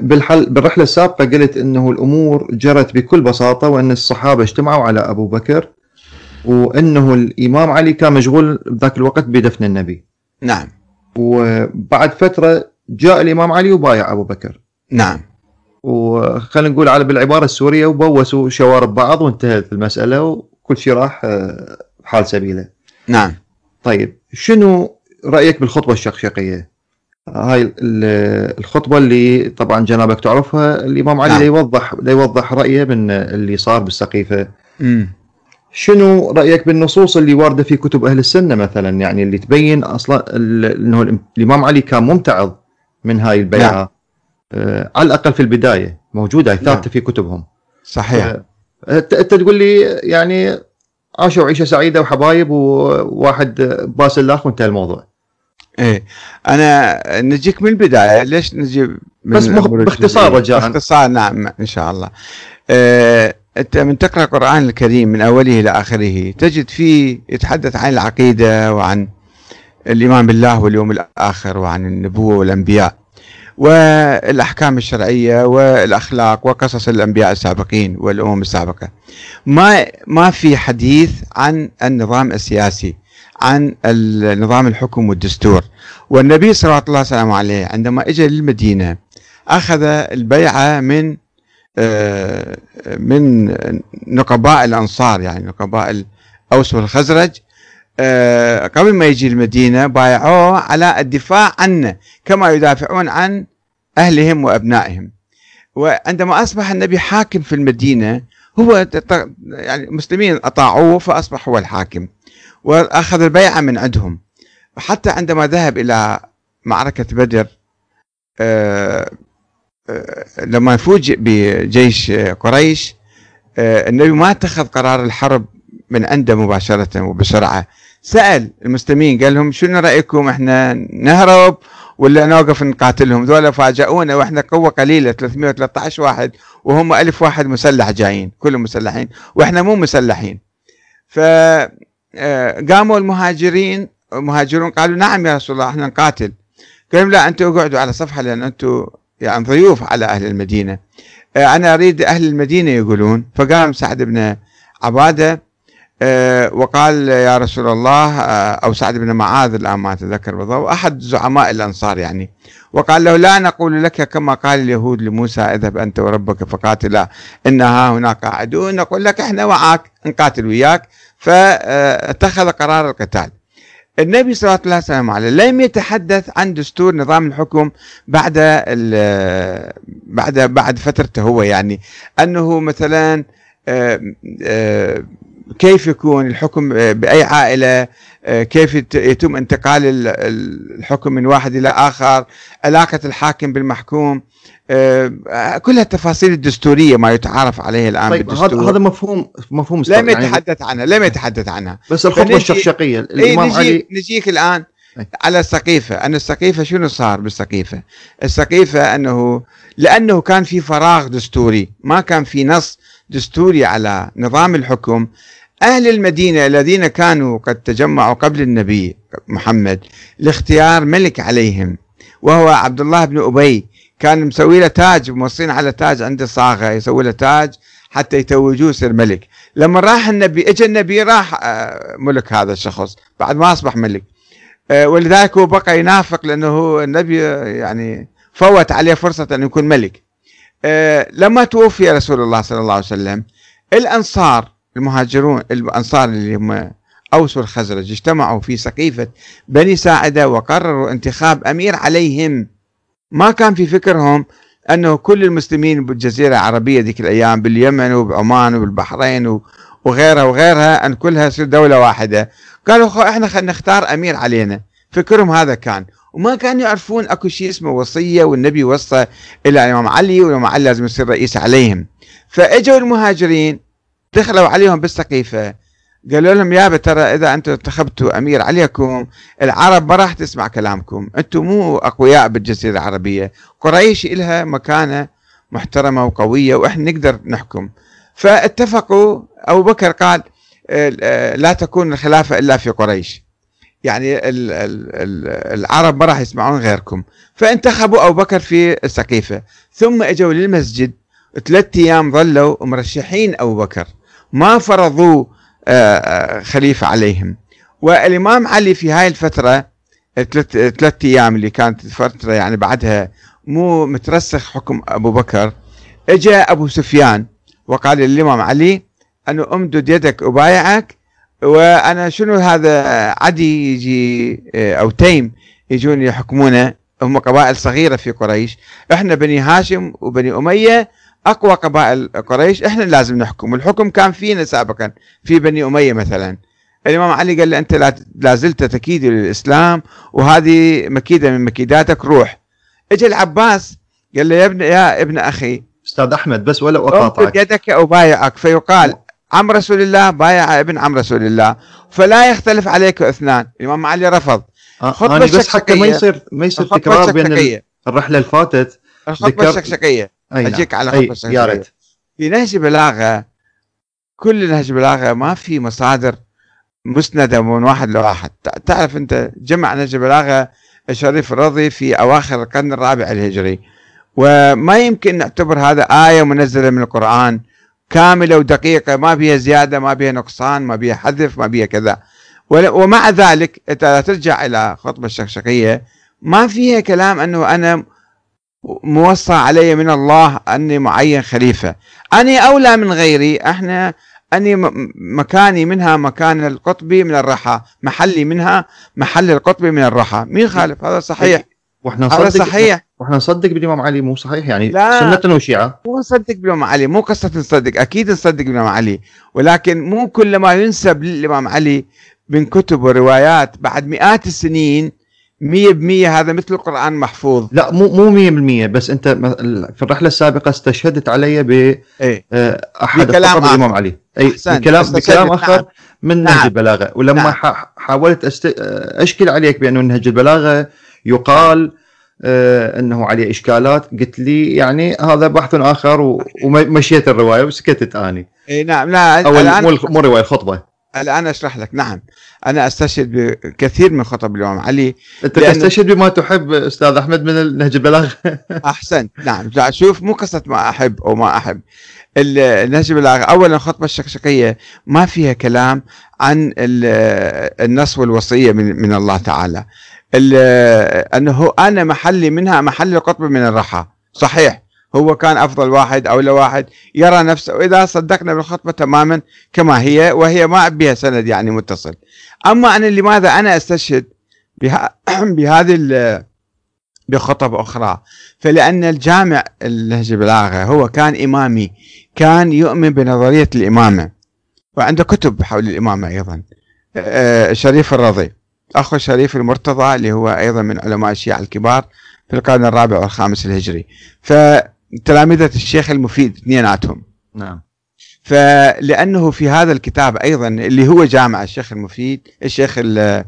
بالرحلة السابقة قلت أنه الأمور جرت بكل بساطة، وأن الصحابة اجتمعوا على أبو بكر، وأنه الإمام علي كان مشغول بذاك الوقت بدفن النبي. نعم. وبعد فترة جاء الإمام علي وبايع أبو بكر. نعم. وخلينا نقول على بالعبارة السورية، وبوسوا شوارب بعض وانتهت المسألة وكل شيء راح بحال سبيله. نعم. طيب شنو رأيك بالخطبة الشقشقية؟ هاي الخطبة اللي طبعا جنابك تعرفها، الإمام علي لا يوضح رأيه من اللي صار بالسقيفة. شنو رأيك بالنصوص اللي واردة في كتب أهل السنة مثلا، يعني اللي تبين أصلا أنه الإمام علي كان ممتعض من هاي البيعة؟ على الأقل في البداية موجودة ثابتة في كتبهم. صحيح. أنت تقول لي يعني عاشوا عيشة سعيدة وحبايب وواحد باس الآخر وانتهى الموضوع. ايه، انا نجيك من البدايه. ليش نجي بس باختصار رجاء؟ باختصار. نعم ان شاء الله. انت من تقرا القران الكريم من اوله الى اخره تجد فيه يتحدث عن العقيده وعن الايمان بالله واليوم الاخر وعن النبوه والانبياء والاحكام الشرعيه والاخلاق وقصص الانبياء السابقين والامم السابقه. ما في حديث عن النظام السياسي، عن النظام الحكم والدستور. والنبي صلى الله عليه وسلم عندما اجى للمدينه اخذ البيعه من نقباء الانصار، يعني نقباء الاوس والخزرج. قبل ما يجي المدينه بايعوه على الدفاع عنه كما يدافعون عن اهلهم وابنائهم. وعندما اصبح النبي حاكم في المدينه هو يعني المسلمين اطاعوه فاصبح هو الحاكم وأخذ البيعة من عندهم. وحتى عندما ذهب إلى معركة بدر لما يفوجئ بجيش قريش النبي ما اتخذ قرار الحرب من عنده مباشرة وبسرعة. سأل المسلمين قال لهم شنو رأيكم، احنا نهرب ولا نوقف نقاتلهم؟ ذولا فاجئونا واحنا قوة قليلة 313 واحد وهم 1000 واحد مسلح جايين، كلهم مسلحين واحنا مو مسلحين. ف قاموا المهاجرون قالوا نعم يا رسول الله احنا نقاتل. قالوا لا انتم اقعدوا على صفحة لان انتم يعني ضيوف على اهل المدينة، انا اريد اهل المدينة يقولون. فقام سعد بن عبادة وقال يا رسول الله، او سعد بن معاذ الان ما اتذكر بالضبط، احد زعماء الانصار يعني، وقال له لا نقول لك كما قال اليهود لموسى اذهب انت وربك فقاتلا انها هناك قاعدون، نقول لك احنا معك نقاتل وياك. فاتخذ قرار القتال. النبي صلى الله عليه وسلم لم يتحدث عن دستور نظام الحكم بعد فترته هو، يعني انه مثلا كيف يكون الحكم بأي عائلة، كيف يتم انتقال الحكم من واحد إلى آخر، علاقة الحاكم بالمحكوم، كل التفاصيل الدستورية ما يتعارف عليه الآن طيب بالدستور. هذا مفهوم لم يتحدث عنها. بس الخطوة الشقشقية الإمام علي. نجيك الآن على السقيفة. أن السقيفة شنو صار بالسقيفة؟ السقيفة لأنه كان في فراغ دستوري، ما كان في نص دستوري على نظام الحكم. أهل المدينة الذين كانوا قد تجمعوا قبل النبي محمد لاختيار ملك عليهم وهو عبد الله بن أبي، كان مسوي له تاج، موصين على تاج عنده صاغة يسوي له تاج حتى يتوجوه يصير ملك. لما راح النبي اجى النبي راح ملك هذا الشخص بعد ما أصبح ملك، ولذلك هو بقى ينافق لأنه النبي يعني فوت عليه فرصة أن يكون ملك. لما توفي رسول الله صلى الله عليه وسلم الأنصار المهاجرون الأنصار اللي هم أوس والخزرج اجتمعوا في سقيفة بني ساعدة وقرروا انتخاب أمير عليهم. ما كان في فكرهم أنه كل المسلمين بالجزيرة العربية ذيك الأيام باليمن وبعمان وبالبحرين وغيرها أن كلها تصير دولة واحدة. قالوا احنا خلينا نختار أمير علينا. فكرهم هذا كان، وما كانوا يعرفون اكو شيء اسمه وصية والنبي وصى الى الامام علي والامام علي لازم يصير رئيس عليهم. فاجوا المهاجرين دخلوا عليهم بالسقيفة قالوا لهم يا ترى اذا انتم انتخبتوا امير عليكم العرب ما راح تسمع كلامكم، انتم مو اقوياء بالجزيرة العربية، قريش لها مكانة محترمة وقوية واحنا نقدر نحكم. فاتفقوا. ابو بكر قال لا تكون الخلافة الا في قريش، يعني العرب ما راح يسمعون غيركم. فانتخبوا أبو بكر في السقيفة، ثم اجوا للمسجد 3 أيام ظلوا مرشحين أبو بكر، ما فرضوا خليفة عليهم. والإمام علي في هاي الفترة 3 أيام اللي كانت فترة يعني بعدها مو مترسخ حكم أبو بكر، اجى أبو سفيان وقال للإمام علي أنه أمدد يدك أبايعك، وأنا شنو هذا عدي يجي أو تيم يجون يحكمونه، هم قبائل صغيرة في قريش، احنا بني هاشم وبني أمية أقوى قبائل قريش، احنا لازم نحكم، الحكم كان فينا سابقا في بني أمية مثلا. الإمام علي قال له أنت لازلت تكيد للإسلام، وهذه مكيدة من مكيداتك، روح. اجى العباس قال له يا ابن أخي أستاذ أحمد بس ولا أقاطعك، أمدد يدك أبايعك، فيقال عم رسول الله بايع ابن عم رسول الله، فلا يختلف عليك اثنان. الإمام علي رفض. أنا بس حتى ما يصير تكرار بين الرحلة اللي فاتت. الخطبة الشكشكية، أجيك على الخطبة الشكشكية. في نهج بلاغة، كل نهج بلاغة ما في مصادر مسندة من واحد لواحد. تعرف أنت جمع نهج بلاغة الشريف الرضي في أواخر القرن الرابع الهجري، وما يمكن نعتبر هذا آية منزلة من القرآن كاملة ودقيقة، ما بيها زيادة، ما بيها نقصان، ما بيها حذف، ما بيها كذا. ومع ذلك أنت ترجع إلى خطبة الشكشكية ما فيها كلام أنه أنا موصى علي من الله أني معين خليفة، أني أولى من غيري، أني مكاني منها مكان القطبي من الرحى، محلي منها محل القطبي من الرحى. مين خالف؟ هذا صحيح، هذا صحيح، واحنا نصدق بالإمام علي، مو صحيح يعني سنة وشيعة. مو نصدق بالإمام علي، مو قصة نصدق، أكيد نصدق بالإمام علي، ولكن مو كل ما ينسب للإمام علي من كتب وروايات بعد مئات السنين 100% هذا مثل القرآن محفوظ. لا مو 100%، بس أنت في الرحلة السابقة استشهدت علي بأحد كلام الإمام علي، بكلام آخر من نهج البلاغة. ولما حاولت أشكل عليك بأنه نهج البلاغة يقال أنه عليه إشكالات، قلت لي يعني هذا بحث آخر، ومشيت الرواية وسكتت أني. نعم، لا مو رواية، الخطبة. الآن أشرح لك. نعم، أنا أستشهد بكثير من خطب الإمام علي. أنت تستشهد بما تحب أستاذ أحمد من نهج البلاغة. أحسنت. نعم، شوف، مو قصة ما أحب أو ما أحب. النهج البلاغة أولا الخطبة الشكشكية ما فيها كلام عن النص والوصية من الله تعالى، أنه أنا محلي منها محل القطب من الرحى. صحيح، هو كان أفضل واحد أو لا واحد يرى نفسه، وإذا صدقنا بالخطبة تماما كما هي، وهي ما بها سند يعني متصل. أما أنا لماذا أنا أستشهد بهذه بخطب أخرى؟ فلأن الجامع النهج البلاغة هو كان إمامي، كان يؤمن بنظرية الإمامة، وعنده كتب حول الإمامة أيضا. الشريف الرضي أخو الشريف المرتضى اللي هو أيضا من علماء الشيعة الكبار في القرن الرابع والخامس الهجري، فتلامذة الشيخ المفيد اثنيناتهم. نعم. فلأنه في هذا الكتاب أيضا اللي هو جامع الشيخ المفيد، الشيخ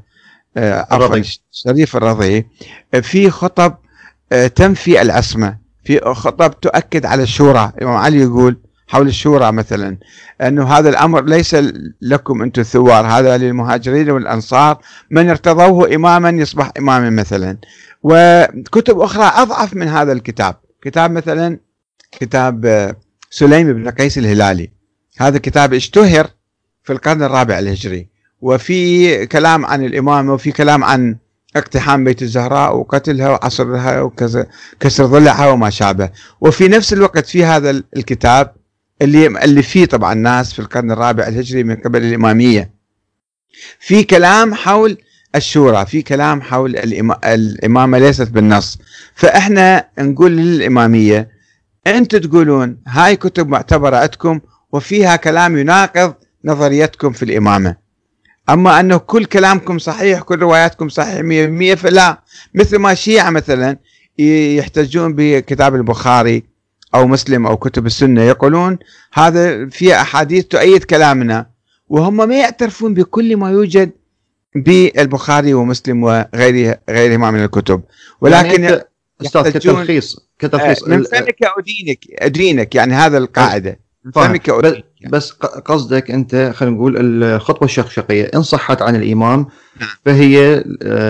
الشريف الرضي، في خطب تنفي العصمة، في خطب تؤكد على الشورى. الإمام علي يقول حول الشورى مثلا أنه هذا الأمر ليس لكم أنتم الثوار، هذا للمهاجرين والأنصار، من ارتضوه إماما يصبح إماما مثلا. وكتب أخرى أضعف من هذا الكتاب، كتاب مثلا كتاب سليم بن قيس الهلالي، هذا كتاب اشتهر في القرن الرابع الهجري، وفي كلام عن الإمامة، وفي كلام عن اقتحام بيت الزهراء وقتلها وعصرها وكسر ضلعها وما شابه. وفي نفس الوقت في هذا الكتاب اللي فيه طبعا ناس في القرن الرابع الهجري من قبل الإمامية، في كلام حول الشورى، في كلام حول الإمامة ليست بالنص. فإحنا نقول للإمامية أنتم تقولون هاي كتب معتبرة عندكم وفيها كلام يناقض نظريتكم في الإمامة، أما أنه كل كلامكم صحيح، كل رواياتكم صحيح 100%، فلا. مثل ما الشيعة مثلا يحتجون بكتاب البخاري أو مسلم أو كتب السنة، يقولون هذا فيه أحاديث تؤيد كلامنا، وهم ما يعترفون بكل ما يوجد بالبخاري ومسلم وغيرهما من الكتب. ولكن يعني أستاذ كتلخيص من فمك أدينك، يعني هذا القاعدة، من فمك أدينك. بس قصدك أنت خلينا نقول الخطبة الشقشقية إن صحت عن الإمام فهي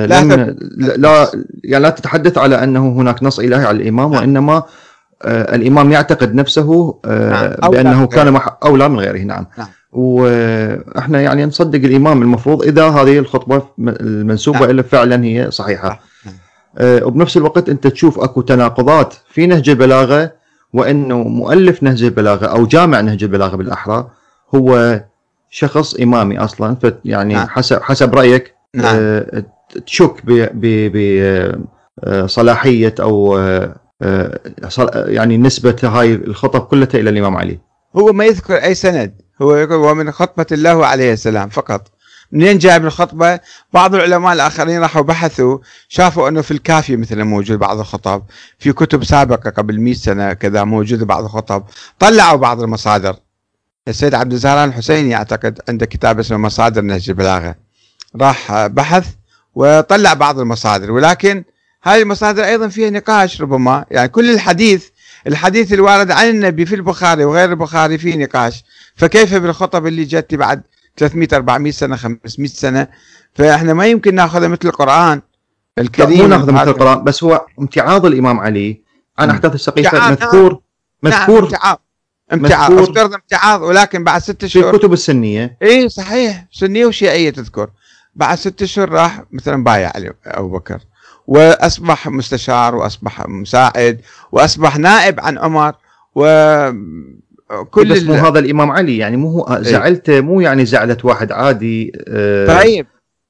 لا تتحدث على أنه هناك نص إلهي على الإمام، وإنما الإمام يعتقد نفسه بأنه كان أولى من غيره. نعم. وإحنا يعني نصدق الإمام المفروض إذا هذه الخطبة المنسوبة إلى فعلا هي صحيحة. وبنفس الوقت أنت تشوف أكو تناقضات في نهج البلاغة، وأنه مؤلف نهج البلاغة أو جامع نهج البلاغة بالأحرى هو شخص إمامي أصلا، يعني حسب رأيك تشك بصلاحية أو يعني نسبة هاي الخطب كلها إلى الإمام علي. هو ما يذكر أي سند، هو يقول من خطبة الله عليه السلام فقط. منين جاء بالخطبة؟ بعض العلماء الآخرين راحوا بحثوا شافوا أنه في الكافي مثلا موجود بعض الخطب، في كتب سابقة قبل 100 سنة كذا موجود بعض الخطب، طلعوا بعض المصادر. السيد عبد الزهران الحسيني أعتقد عنده كتاب اسمه مصادر نهج البلاغة، راح بحث وطلع بعض المصادر، ولكن هذه المصادر أيضا فيها نقاش ربما، يعني كل الحديث الوارد عن النبي في البخاري وغير البخاري فيه نقاش، فكيف بالخطب اللي جت بعد 300 400 سنة 500 سنة؟ فإحنا ما يمكن ناخذها مثل القرآن الكريم. مو ناخذها مثل القرآن، بس هو امتعاض الإمام علي عن أحداث السقيفة مذكور. امتعاض افترض امتعاض، ولكن بعد 6 أشهر في الكتب السنية. اي صحيح، سنية وشيعية تذكر، بعد 6 أشهر راح مثلا بايع علي أبو بكر، وأصبح مستشار، وأصبح مساعد، وأصبح نائب عن عمر، وكل بس مو هذا الإمام علي، يعني مو هو زعلته، مو يعني زعلة واحد عادي. طيب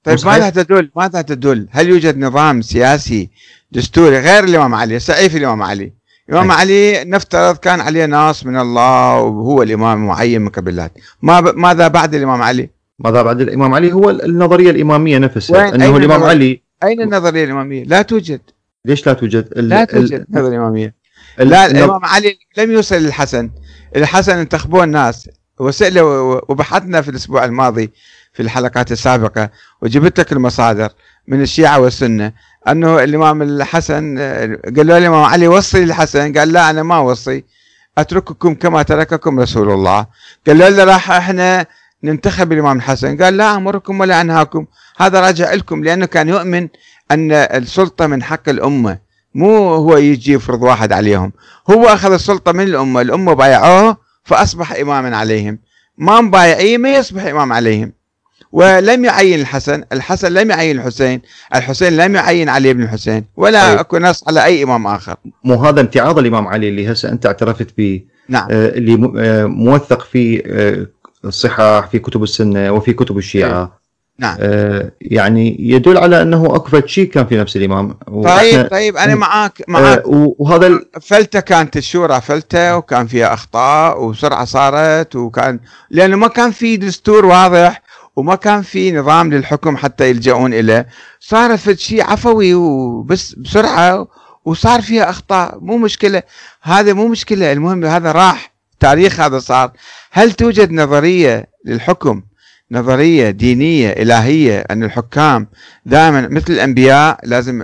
ماذا تدل؟ هل يوجد نظام سياسي دستوري غير الإمام علي؟ سعيف الإمام علي. الإمام علي نفترض كان عليه ناس من الله وهو الإمام معين من قبلات. ماذا بعد الإمام علي؟ ماذا بعد الإمام علي؟ هو النظرية الإمامية نفسها، أنه الإمام علي. أين النظرية الإمامية؟ لا توجد. ليش لا توجد؟ لا توجد النظرية الإمامية. لا، الإمام علي لم يوصل للحسن. الحسن انتخبوه الناس، وسئله وبحثنا في الأسبوع الماضي في الحلقات السابقة، وجبت لك المصادر من الشيعة والسنة أنه الإمام الحسن قالوا الإمام علي وصي للحسن، قال لا أنا ما وصي، أترككم كما ترككم رسول الله. قالوا له راح إحنا ننتخب الإمام الحسن، قال لا أمركم ولا أنهاكم، هذا راجع لكم، لأنه كان يؤمن أن السلطة من حق الأمة، مو هو يجي يفرض واحد عليهم. هو أخذ السلطة من الأمة بايعوه فأصبح إماما عليهم، ما مبايعيه ما يصبح إمام عليهم. ولم يعين الحسن لم يعين الحسين لم يعين علي بن الحسين، ولا أكو نص على أي إمام آخر. مو هذا امتعاض الإمام علي اللي هسه أنت اعترفت به؟ نعم. اللي موثق في الصحاح في كتب السنة وفي كتب الشيعة. نعم. يعني يدل على أنه أكفت شيء كان في نفس الإمام. طيب أنا معاك. وهذا فلتة كانت الشورى فلتة، وكان فيها أخطاء وسرعة صارت، وكان لأنه ما كان في دستور واضح، وما كان في نظام للحكم حتى يلجؤون إليه، صارت شيء عفوي وبس بسرعة، وصار فيها أخطاء. مو مشكلة، هذا مو مشكلة، المهم هذا راح تاريخ، هذا صار. هل توجد نظرية للحكم، نظرية دينية إلهية أن الحكام دائما مثل الأنبياء لازم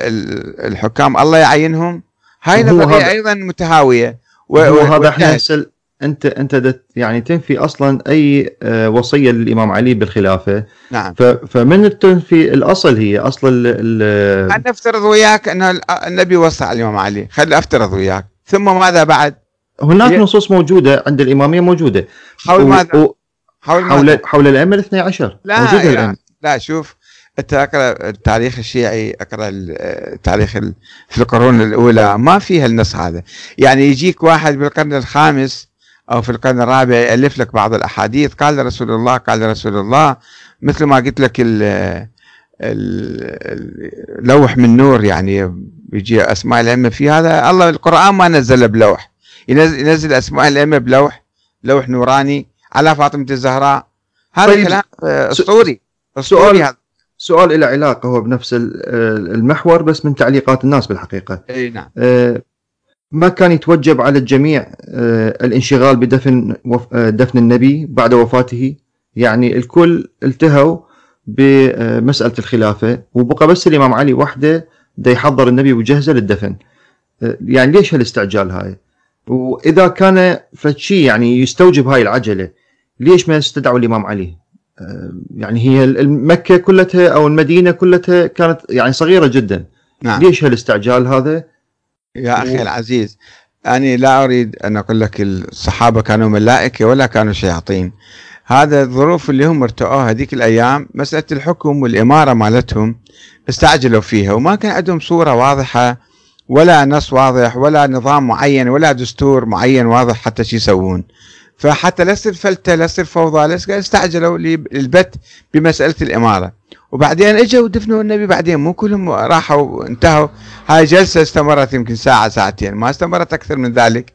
الحكام الله يعينهم؟ هاي نظرية أيضا متهاوية. وهذا احنا انت يعني تنفي اصلا اي وصيه للامام علي بالخلافه. نعم. فمن تنفي الاصل، هي اصل أنا افترض وياك ان النبي وصى على الامام علي، خلي افترض وياك، ثم ماذا بعد؟ هناك نصوص موجوده عند الاماميه موجوده حول الائمه الاثني عشر. لا شوف، انت اقرا التاريخ الشيعي، اقرا التاريخ في القرون الاولى، ما فيها النص هذا. يعني يجيك واحد بالقرن الخامس او في القرن الرابع يالف لك بعض الاحاديث، قال رسول الله، مثل ما قلت لك اللوح من نور، يعني بيجي اسماء الائمه في هذا. الله القران ما نزل بلوح، ينزل اسماء الائمه لوح نوراني على فاطمه الزهراء. هذا طيب كلام اسطوري هذا. سؤال له علاقة هو بنفس المحور، بس من تعليقات الناس بالحقيقة. اي نعم. ما كان يتوجب على الجميع الانشغال دفن النبي بعد وفاته؟ يعني الكل التهوا بمسألة الخلافة، وبقى بس الإمام علي وحده دا يحضر النبي وجهزه للدفن. يعني ليش هالاستعجال هاي؟ واذا كان فشي يعني يستوجب هاي العجله، ليش ما استدعوا الامام علي؟ يعني هي مكه كلها او المدينه كلها كانت يعني صغيره جدا. نعم. ليش هالاستعجال هذا؟ يا أخي العزيز، أنا لا أريد أن أقول لك الصحابة كانوا ملائكة ولا كانوا شياطين. هذا الظروف اللي هم ارتؤوها هذيك الأيام، مسألة الحكم والإمارة مالتهم استعجلوا فيها، وما كان عندهم صورة واضحة ولا نص واضح ولا نظام معين ولا دستور معين واضح حتى شو يسوون. فحتى لا يصير فلتة لا يصير فوضى لا استعجلوا للبت بمسألة الإمارة. وبعدين اجوا ودفنوا النبي، بعدين مو كلهم راحوا وانتهوا. هاي جلسة استمرت يمكن ساعة ساعتين، ما استمرت أكثر من ذلك.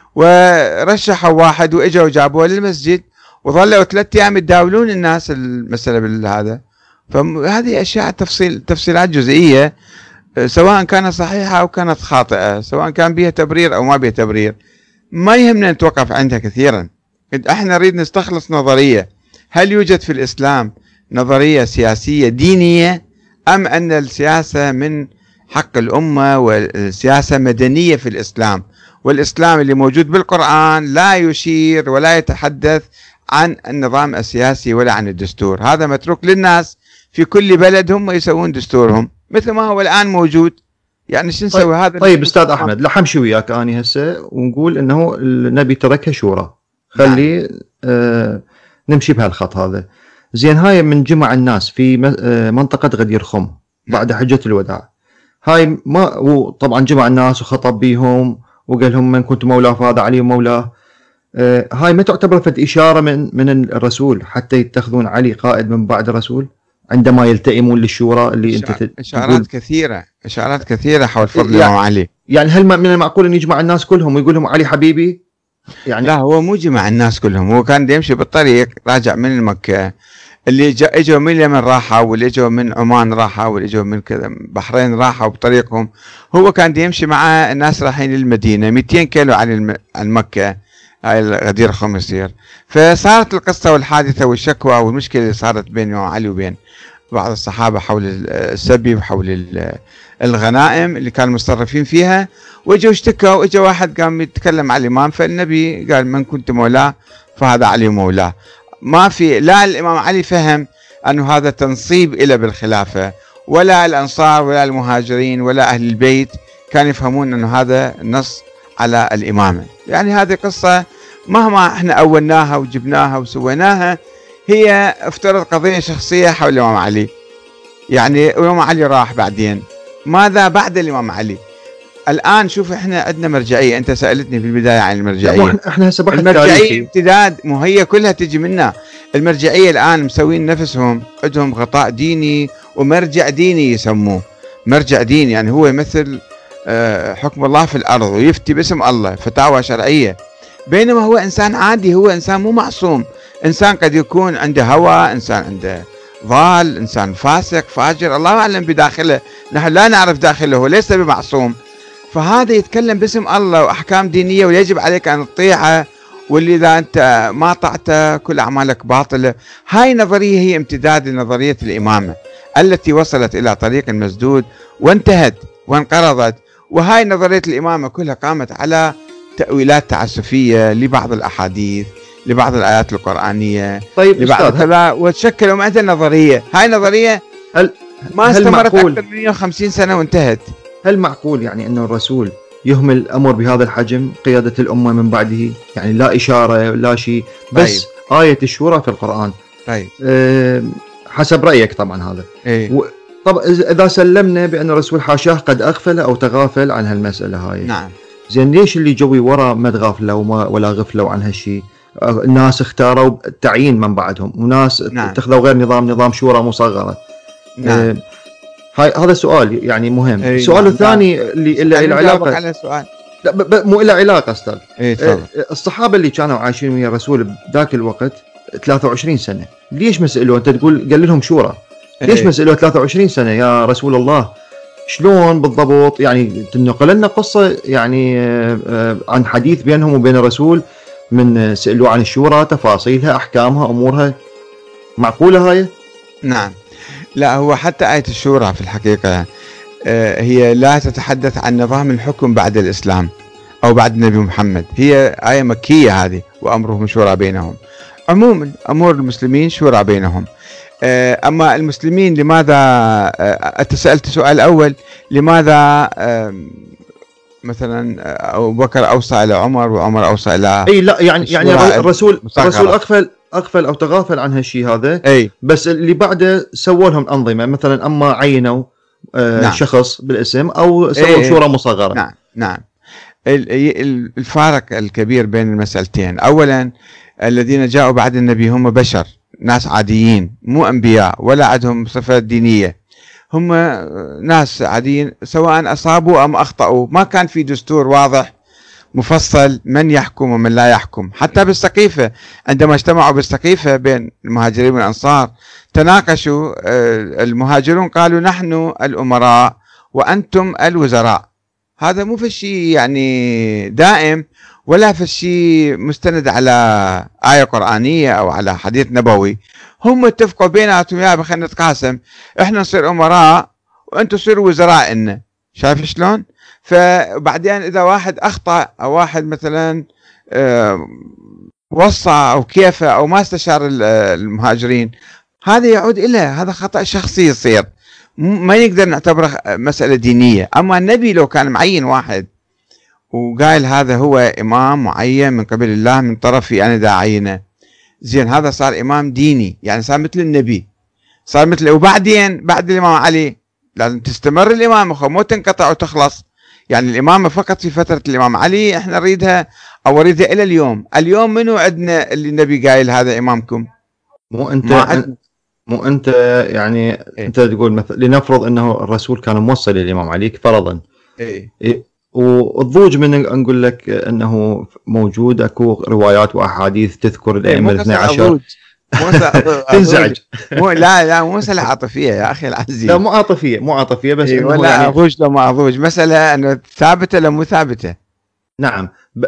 ورشحوا واحد واجوا وجابوه للمسجد وظلوا 3 أيام يتداولون الناس المسألة بالهذا. فهذه أشياء تفصيلات جزئية، سواء كانت صحيحة أو كانت خاطئة، سواء كان بها تبرير أو ما بها تبرير، ما يهمنا نتوقف عندها كثيرا. احنا نريد نستخلص نظرية، هل يوجد في الإسلام نظرية سياسية دينية، أم أن السياسة من حق الأمة والسياسة مدنية في الإسلام، والإسلام اللي موجود بالقرآن لا يشير ولا يتحدث عن النظام السياسي ولا عن الدستور. هذا متروك للناس في كل بلد، هم يسوون دستورهم مثل ما هو الآن موجود. يعني شو نسوي؟ هذا طيب أستاذ أحمد، لح أمشي وياك أنا هسه ونقول إنه النبي تركها شورى، خلي نمشي بهالخط هذا. زين، هاي من جمع الناس في منطقة غدير خم بعد حجة الوداع. هاي ما وطبعا جمع الناس وخطب بيهم وقال لهم من كنت مولاه فهذا علي مولاه. هاي ما تعتبر فد إشارة من الرسول حتى يتخذون علي قائد من بعد الرسول عندما يلتئمون للشورى اللي انت إشارات كثيرة حول فضل الإمام علي. يعني هل من المعقول أن يجمع الناس كلهم ويقول لهم علي حبيبي؟ يعني لا، هو مو جمع الناس كلهم، هو كان يمشي بالطريق راجع من مكة. اللي اجوا من اليمن راحوا، واللي اجوا من عمان راحوا، واللي اجوا من كذا بحرين راحوا بطريقهم. هو كان يمشي مع الناس رايحين للمدينة 200 كيلو عن مكة، هاي غدير خم يصير. فصارت القصة والحادثة والشكوى والمشكلة اللي صارت بين الإمام علي وبين بعض الصحابة حول السبي وحول الغنائم اللي كانوا مصرفين فيها. واجوا اشتكوا، واجا واحد قام يتكلم على الإمام، فالنبي قال من كنت مولاه فهذا علي مولاه. ما في، لا الإمام علي فهم أنه هذا تنصيب إلى بالخلافة، ولا الأنصار ولا المهاجرين ولا أهل البيت كانوا يفهمون أنه هذا نص على الإمامة. يعني هذه قصة مهما احنا أولناها وجبناها وسويناها، هي افترض قضية شخصية حول الإمام علي. يعني الإمام علي راح، بعدين ماذا بعد الإمام علي؟ الآن شوف احنا عندنا مرجعية. انت سألتني في البداية عن المرجعية. احنا هسه بحث المرجعية امتداد، مو هي كلها تجي منا. المرجعية الآن مسوين نفسهم عندهم غطاء ديني ومرجع ديني يسموه مرجع ديني، يعني هو يمثل حكم الله في الأرض ويفتي باسم الله فتاوى شرعية، بينما هو إنسان عادي، هو إنسان مو معصوم. إنسان قد يكون عنده هوى، إنسان عنده ضال، إنسان فاسق فاجر، الله أعلم بداخله، نحن لا نعرف داخله، هو ليس بمعصوم. فهذا يتكلم باسم الله وأحكام دينية ويجب عليك أن تطيعه، واللي إذا أنت ما طعته كل أعمالك باطلة. هاي نظرية هي امتداد لنظرية الإمامة التي وصلت إلى طريق مسدود وانتهت وانقرضت. وهاي نظرية الإمامة كلها قامت على تأويلات تعسفية لبعض الأحاديث، لبعض الآيات القرآنية، طيب لبعض كذا، وتشكلوا مثل نظرية. هاي نظرية ما استمرت أكثر من 150 سنة وانتهت. هل معقول يعني أنه الرسول يهمل الأمر بهذا الحجم، قيادة الأمة من بعده؟ يعني لا إشارة لا شيء، بس طيب. آية الشورى في القرآن. طيب. حسب رأيك طبعا هذا. طب إذا سلمنا بأن الرسول حاشاه قد أغفل أو تغافل عن هالمسألة هاي، نعم، زين ليش اللي جوي ورا ما تغافلوا ولا غفلوا عن هالشيء؟ الناس اختاروا التعيين من بعدهم، وناس اتخذوا غير نظام شورى مصغرة. نعم. هذا سؤال يعني مهم. السؤال الثاني اللي له علاقة على سؤال، لا مو له علاقة أستاذ. الصحابة اللي كانوا عايشين ويا الرسول بذاك الوقت 23 سنة، ليش ما سألوه؟ أنت تقول قال لهم شورى، ليش ما سألوه 23 سنة يا رسول الله شلون بالضبط؟ يعني تنقل لنا قصة يعني عن حديث بينهم وبين الرسول، من سألوه عن الشورى، تفاصيلها، أحكامها، أمورها، معقولة هاي؟ نعم. لا، هو حتى آية الشورى في الحقيقة هي لا تتحدث عن نظام الحكم بعد الإسلام. أو بعد النبي محمد. هي آية مكية هذه، وأمرهم شورى بينهم. عموما أمور المسلمين شورى بينهم. أما المسلمين لماذا، أنت سألت سؤال أول، لماذا مثلا أبو بكر أوصى إلى عمر وعمر أوصى إلى أي لا يعني الرسول أغفل أو تغافل عن هالشيء هذا. أي. بس اللي بعده سووا لهم أنظمة، مثلا أما عينوا نعم. شخص بالاسم أو سووا شورى مصغرة. نعم نعم. الفارق الكبير بين المسألتين، أولا الذين جاءوا بعد النبي هم بشر، ناس عاديين، مو أنبياء ولا عندهم صفات دينية، هم ناس عاديين سواء أصابوا أم أخطأوا. ما كان في دستور واضح مفصل من يحكم ومن لا يحكم. حتى بالسقيفة عندما اجتمعوا بالسقيفة بين المهاجرين والأنصار تناقشوا، المهاجرون قالوا نحن الأمراء وأنتم الوزراء. هذا مو في شيء يعني دائم، ولا في شيء مستند على آية قرآنية أو على حديث نبوي. هم اتفقوا بيناتهم يا خلينا نتقاسم، احنا نصير أمراء وأنتم تصيروا وزراء إلنا. شايف شلون؟ فبعدين إذا واحد أخطأ أو واحد مثلا وصى أو كيف أو ما استشار المهاجرين، هذا يعود إليه، هذا خطأ شخصي يصير، ما يقدر نعتبره مسألة دينية. أما النبي لو كان معين واحد وقال هذا هو إمام معين من قبل الله من طرفي أنا دا عينه، زين هذا صار إمام ديني، يعني صار مثل النبي، صار مثل. وبعدين بعد الإمام علي لازم تستمر الإمامة، مو تنقطع وتخلص. يعني الإمامة فقط في فترة الإمام علي احنا نريدها أو نريدها إلى اليوم. اليوم منو عندنا اللي النبي قايل هذا إمامكم؟ مو أنت يعني إيه؟ أنت تقول مثلا لنفرض أنه الرسول كان موصل للإمام علي فرضا، إيه؟ والضوج من نقول لك أنه موجود أكو روايات وأحاديث تذكر الأئمة 12 تنزعج. لا مو مسألة عاطفية يا أخي العزيز. لا مو عاطفية بس إيه ولا يعني أضوج لو ما أضوج، مسألة أنه ثابتة لو مو ثابتة. نعم.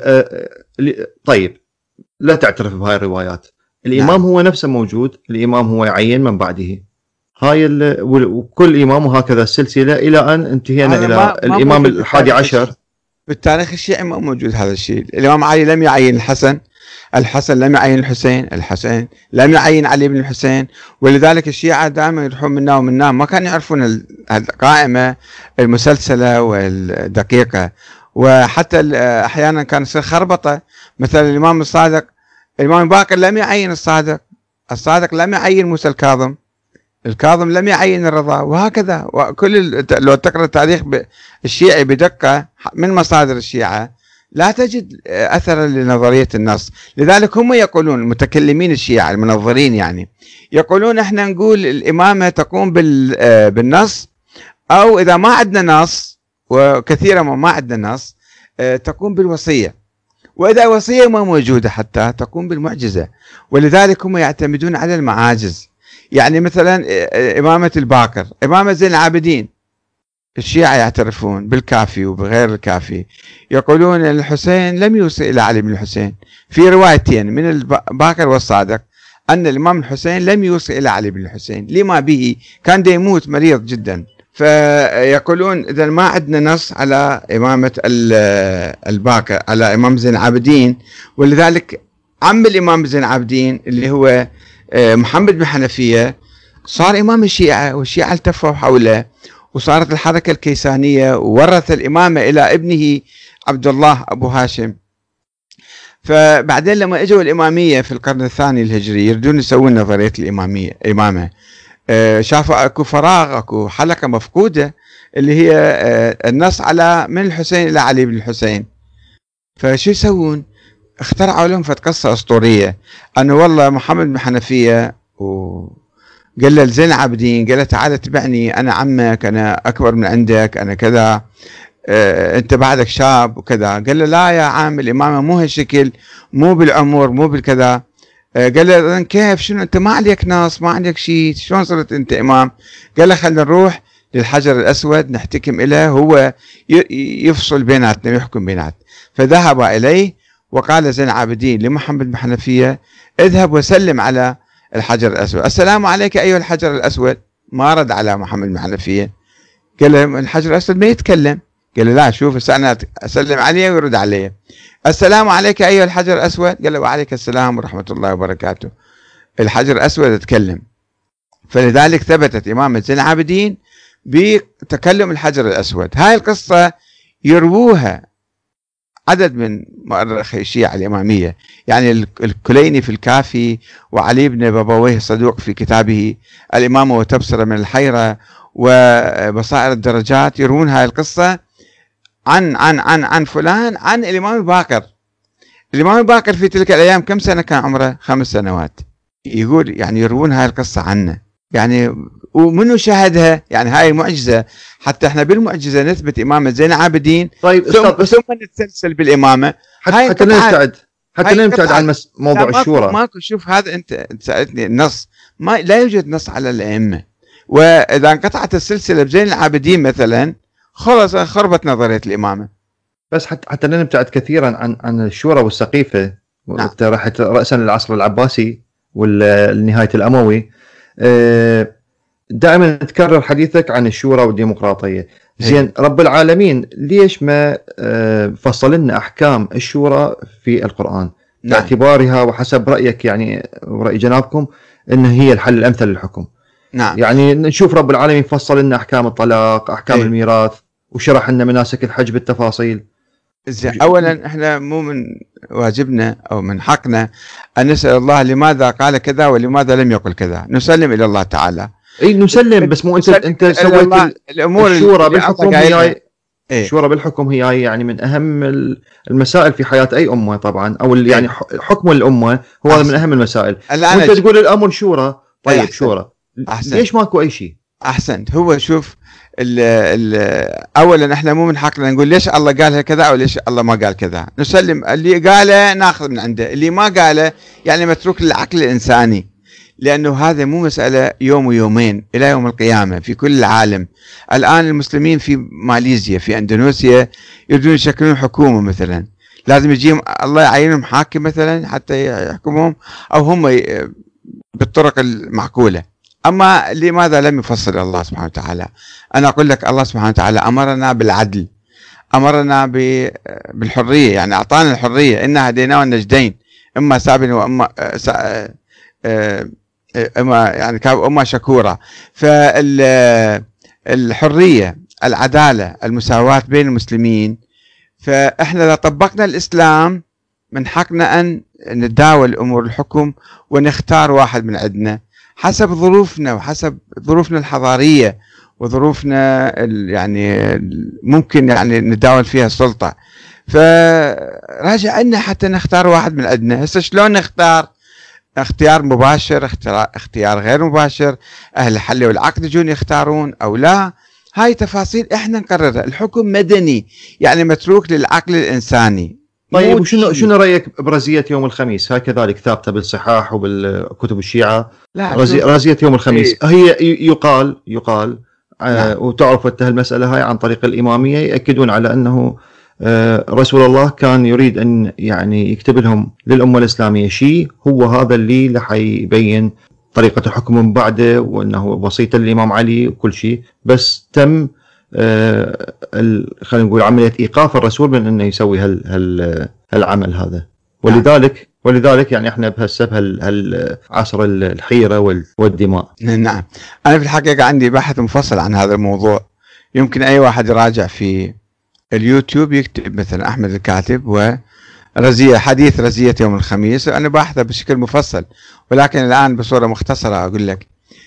طيب لا تعترف بهاي الروايات. الإمام نعم. هو نفسه موجود، الإمام هو يعين من بعده، هاي وكل إمام وهكذا السلسلة إلى أن انتهينا إلى الإمام الحادي عشر. بالتاريخ الشيعي ما موجود هذا الشيء. الإمام علي لم يعين الحسن لم يعين الحسين لم يعين علي بن الحسين. ولذلك الشيعة دائما يروحون منا ومنا، ما كانوا يعرفون القائمة المسلسلة والدقيقة. وحتى أحيانا كان يصير خربطة، مثلا الإمام الصادق، الإمام باقر لم يعين الصادق لم يعين موسى الكاظم لم يعين الرضا، وهكذا. وكل لو تقرأ التاريخ الشيعي بدقة من مصادر الشيعة لا تجد أثرا لنظرية النص. لذلك هم يقولون، المتكلمين الشيعة المنظرين يعني يقولون احنا نقول الإمامة تقوم بالنص، أو إذا ما عندنا نص، وكثيرا ما عندنا نص، تقوم بالوصية، وإذا وصية ما موجودة حتى تقوم بالمعجزة. ولذلك هم يعتمدون على المعاجز. يعني مثلا إمامة الباقر، إمامة زين العابدين، الشيعة يعترفون بالكافي وبغير الكافي، يقولون الحسين لم يوصي إلى علي بن الحسين. في روايتين من الباقر والصادق أن الإمام الحسين لم يوصي إلى علي بن الحسين لما به كان يموت مريض جدا. فيقولون إذا ما عندنا نص على إمامة الباقر على إمام زين العابدين، ولذلك عم الإمام زين العابدين اللي هو محمد بن حنفية صار إمام الشيعة، والشيعة التفوا حوله، وصارت الحركة الكيسانية، وورث الإمامة إلى ابنه عبد الله أبو هاشم. فبعدين لما اجوا الإمامية في القرن الثاني الهجري يريدون يسوون نظرية الإمامة، شافوا أكو فراغ، أكو حلقة مفقودة اللي هي النص على من الحسين إلى علي بن الحسين. فشو يسوون؟ اخترعوا لهم قصة أسطورية أنه والله محمد بن حنفية قال له زين العابدين، قال له تعال اتبعني، أنا عمك، أنا أكبر من عندك، أنا كذا، أنت بعدك شاب وكذا. قال له لا يا عام، الإمامة مو هالشكل، مو بالعمر، مو بالكذا. قال له كيف، شنو أنت ما عليك ناس، ما عندك شيء، شلون صرت أنت إمام؟ قال له خلينا نروح للحجر الأسود نحتكم إليه، هو يفصل بيناتنا ويحكم بيناتنا. فذهب إليه وقال زين العابدين لمحمد بن حنفية اذهب وسلم على الحجر الأسود، السلام عليك أيها الحجر الأسود. ما رد على محمد بن حنفية، قال له الحجر الأسود ما يتكلم، قال له لا شوف أنا أسلم عليه ويرد عليه. السلام عليك أيها الحجر الأسود، قال له وعليك السلام ورحمة الله وبركاته. الحجر الأسود اتكلم. فلذلك ثبتت إمامة زين العابدين بتكلم الحجر الأسود. هاي القصة يرووها عدد من مؤرخي الشيعة الإمامية، يعني الكليني في الكافي، وعلي بن بابويه الصدوق في كتابه الإمامة وتبصرة من الحيرة، وبصائر الدرجات، يروون هاي القصة عن فلان، عن الإمام الباقر. الإمام الباقر في تلك الأيام كم سنة كان عمره؟ 5 سنوات. يقول يعني يروون هاي القصة عنه، يعني ومنو شاهدها؟ يعني هاي معجزة، حتى احنا بالمعجزة نثبت إمامة زين العابدين. طيب ثم نتسلسل بالإمامة حتى لا نبتعد عن موضوع الشورى. ماكو. شوف هذا انت سألتني النص، لا يوجد نص على الأئمة، وإذا انقطعت السلسلة بزين العابدين مثلا خلص خربت نظرية الإمامة. بس حتى لا نبتعد كثيرا عن الشورى والسقيفة. نعم. رحت رأسا للعصر العباسي والنهاية الأموي. دائما تكرر حديثك عن الشورى والديمقراطية. زين، رب العالمين ليش ما فصل لنا أحكام الشورى في القرآن؟ نعم. باعتبارها وحسب رأيك يعني ورأي جنابكم أن هي الحل الأمثل للحكم. نعم. يعني نشوف رب العالمين فصل لنا أحكام الطلاق، أحكام الميراث، وشرح لنا مناسك الحج بالتفاصيل. أولا احنا مو من واجبنا أو من حقنا أن نسأل الله لماذا قال كذا ولماذا لم يقل كذا. نسلم إلى الله تعالى. اي نسلم، بس مو انت سويت الامور الشورى بالحكم هي الشورى بالحكم هي يعني من اهم المسائل في حياه اي امه طبعا، او يعني حكم الامه هو هذا من اهم المسائل. وانت تقول الامر شورى. طيب أحسن. شورى أحسن. ليش ماكو اي شيء؟ احسنت. هو شوف اولا احنا مو من حقنا نقول ليش الله قالها كذا او ليش الله ما قال كذا. نسلم اللي قاله ناخذ من عنده، اللي ما قاله يعني متروك للعقل الانساني، لأنه هذا مو مسألة يوم ويومين، إلى يوم القيامة في كل العالم. الآن المسلمين في ماليزيا، في أندونيسيا، يريدون يشكلون حكومة مثلا، لازم يجيهم الله يعينهم حاكم مثلا حتى يحكمهم، أو هم بالطرق المعقولة. أما لماذا لم يفصل الله سبحانه وتعالى؟ أنا أقول لك الله سبحانه وتعالى أمرنا بالعدل، أمرنا بالحرية، يعني أعطانا الحرية. إنا هديناه النجدين، إما سابن وإما يعني أمة شكورة. فالحرية، العدالة، المساواة بين المسلمين. فإحنا لو طبقنا الإسلام من حقنا أن نتداول أمور الحكم ونختار واحد من عندنا حسب ظروفنا وحسب ظروفنا الحضارية وظروفنا يعني ممكن يعني نتداول فيها السلطة. فراجع عنا حتى نختار واحد من عندنا. هسه شلون نختار؟ اختيار مباشر، اختيار غير مباشر، أهل الحل والعقد يجون يختارون أو لا، هاي تفاصيل احنا نقررها. الحكم مدني، يعني متروك للعقل الإنساني. طيب وشنو رأيك برزية يوم الخميس؟ هاي كذلك ثابتة بالصحاح وبالكتب الشيعة. رزية يوم الخميس هي يقال نعم. وتعرف المسألة هاي عن طريق الإمامية، يأكدون على أنه رسول الله كان يريد أن يعني يكتب لهم للأمة الإسلامية شيء، هو هذا اللي رح يبين طريقة الحكم من بعده، وأنه وصية الإمام علي وكل شيء. بس تم خلينا نقول عملية إيقاف الرسول من أنه يسوي هالعمل هذا. ولذلك يعني احنا بهالعصر الحيرة والدماء. نعم. أنا في الحقيقة عندي بحث مفصل عن هذا الموضوع، يمكن أي واحد يراجع في اليوتيوب، يكتب مثلا أحمد الكاتب حديث رزية يوم الخميس، أنا باحثه بشكل مفصل، ولكن الآن بصورة مختصرة أقول لك.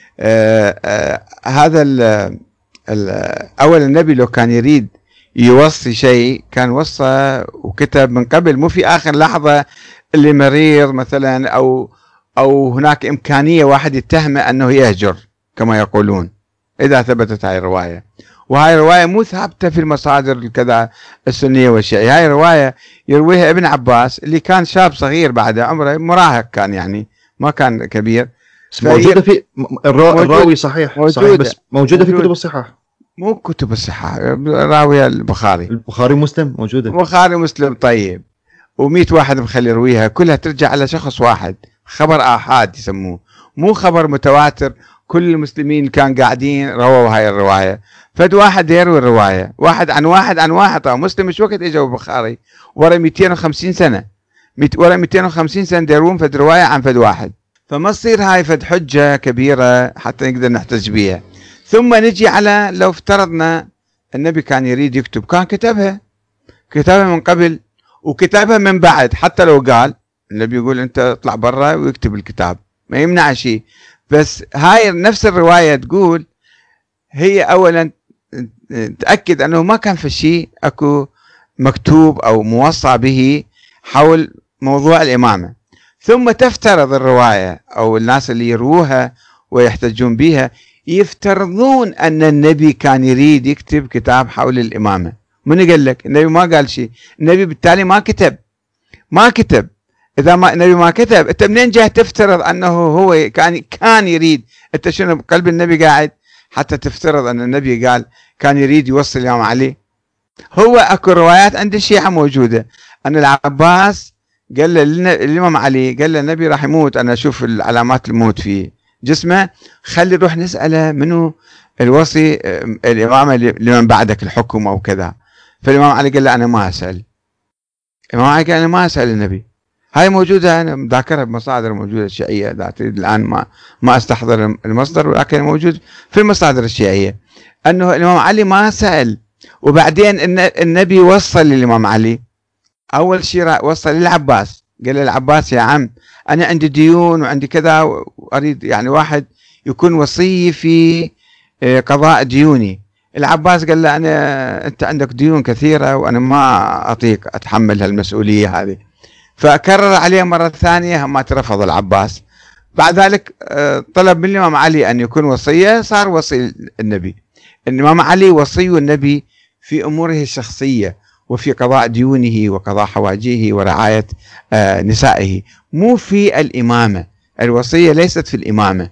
هذا أول النبي لو كان يريد يوصي شيء كان وصى وكتب من قبل، مو في آخر لحظة اللي مريض مثلا أو هناك إمكانية واحد يتهمه أنه يهجر كما يقولون، إذا ثبتت هاي الرواية. وهاي رواية مو ثابتة في المصادر كذا السنية والشيعية. هاي رواية يرويها ابن عباس اللي كان شاب صغير، بعد عمره مراهق كان، يعني ما كان كبير. موجودة في الراوي صحيح بس موجودة في كتب الصحاح، مو كتب الصحاح. راوية البخاري ومسلم موجودة. البخاري ومسلم. طيب و100 واحد مخلي يرويها، كلها ترجع على شخص واحد، خبر آحاد يسموه، مو خبر متواتر كل المسلمين كان قاعدين رووا هاي الرواية. فد واحد يروي الرواية، واحد عن واحد عن واحد. طبعا مسلم مش وقت اجوا البخاري ورا 250 سنة، ورا 250 سنة يروون فد رواية عن فد واحد. فما تصير هاي فد حجة كبيرة حتى نقدر نحتج بيها. ثم نجي على لو افترضنا النبي كان يريد يكتب، كان كتبها من قبل وكتبها من بعد. حتى لو قال النبي يقول انت اطلع برا ويكتب الكتاب، ما يمنع شيء. بس هاي نفس الرواية تقول هي اولا تأكد انه ما كان في شيء اكو مكتوب او موصى به حول موضوع الامامة. ثم تفترض الرواية او الناس اللي يروها ويحتجون بها يفترضون ان النبي كان يريد يكتب كتاب حول الامامة. من قال لك؟ النبي ما قال شيء، النبي بالتالي ما كتب. اذا ما النبي ما كتب، انت منين جاي تفترض انه هو كان يريد؟ انت شنو بقلب النبي قاعد حتى تفترض ان النبي قال كان يريد يوصل الامام علي؟ هو اكو روايات عند الشيعة موجودة ان العباس قال للامام علي، قال له النبي راح يموت، انا اشوف العلامات الموت في جسمه، خلي نروح نسأله منو الوصي الامامة لمن بعدك الحكم او كذا. فالامام علي قال له انا ما اسأل. الامام علي قال انا ما اسأل النبي. هاي موجودة، أنا مذاكرها بمصادر موجودة الشيعية، إذا تريد الآن ما أستحضر المصدر، ولكن موجود في المصادر الشيعية أنه الإمام علي ما سأل. وبعدين النبي وصل للإمام علي، أول شيء وصل للعباس، قال للعباس يا عم أنا عندي ديون وعندي كذا وأريد يعني واحد يكون وصي في قضاء ديوني. العباس قال له أنت عندك ديون كثيرة وأنا ما أطيق أتحمل هالمسؤولية هذه. فكرر عليه مرة ثانية، ما ترفض العباس. بعد ذلك طلب من الإمام علي أن يكون وصية، صار وصي النبي. الإمام علي وصي النبي في أموره الشخصية وفي قضاء ديونه وقضاء حوائجه ورعاية نسائه، مو في الإمامة. الوصية ليست في الإمامة،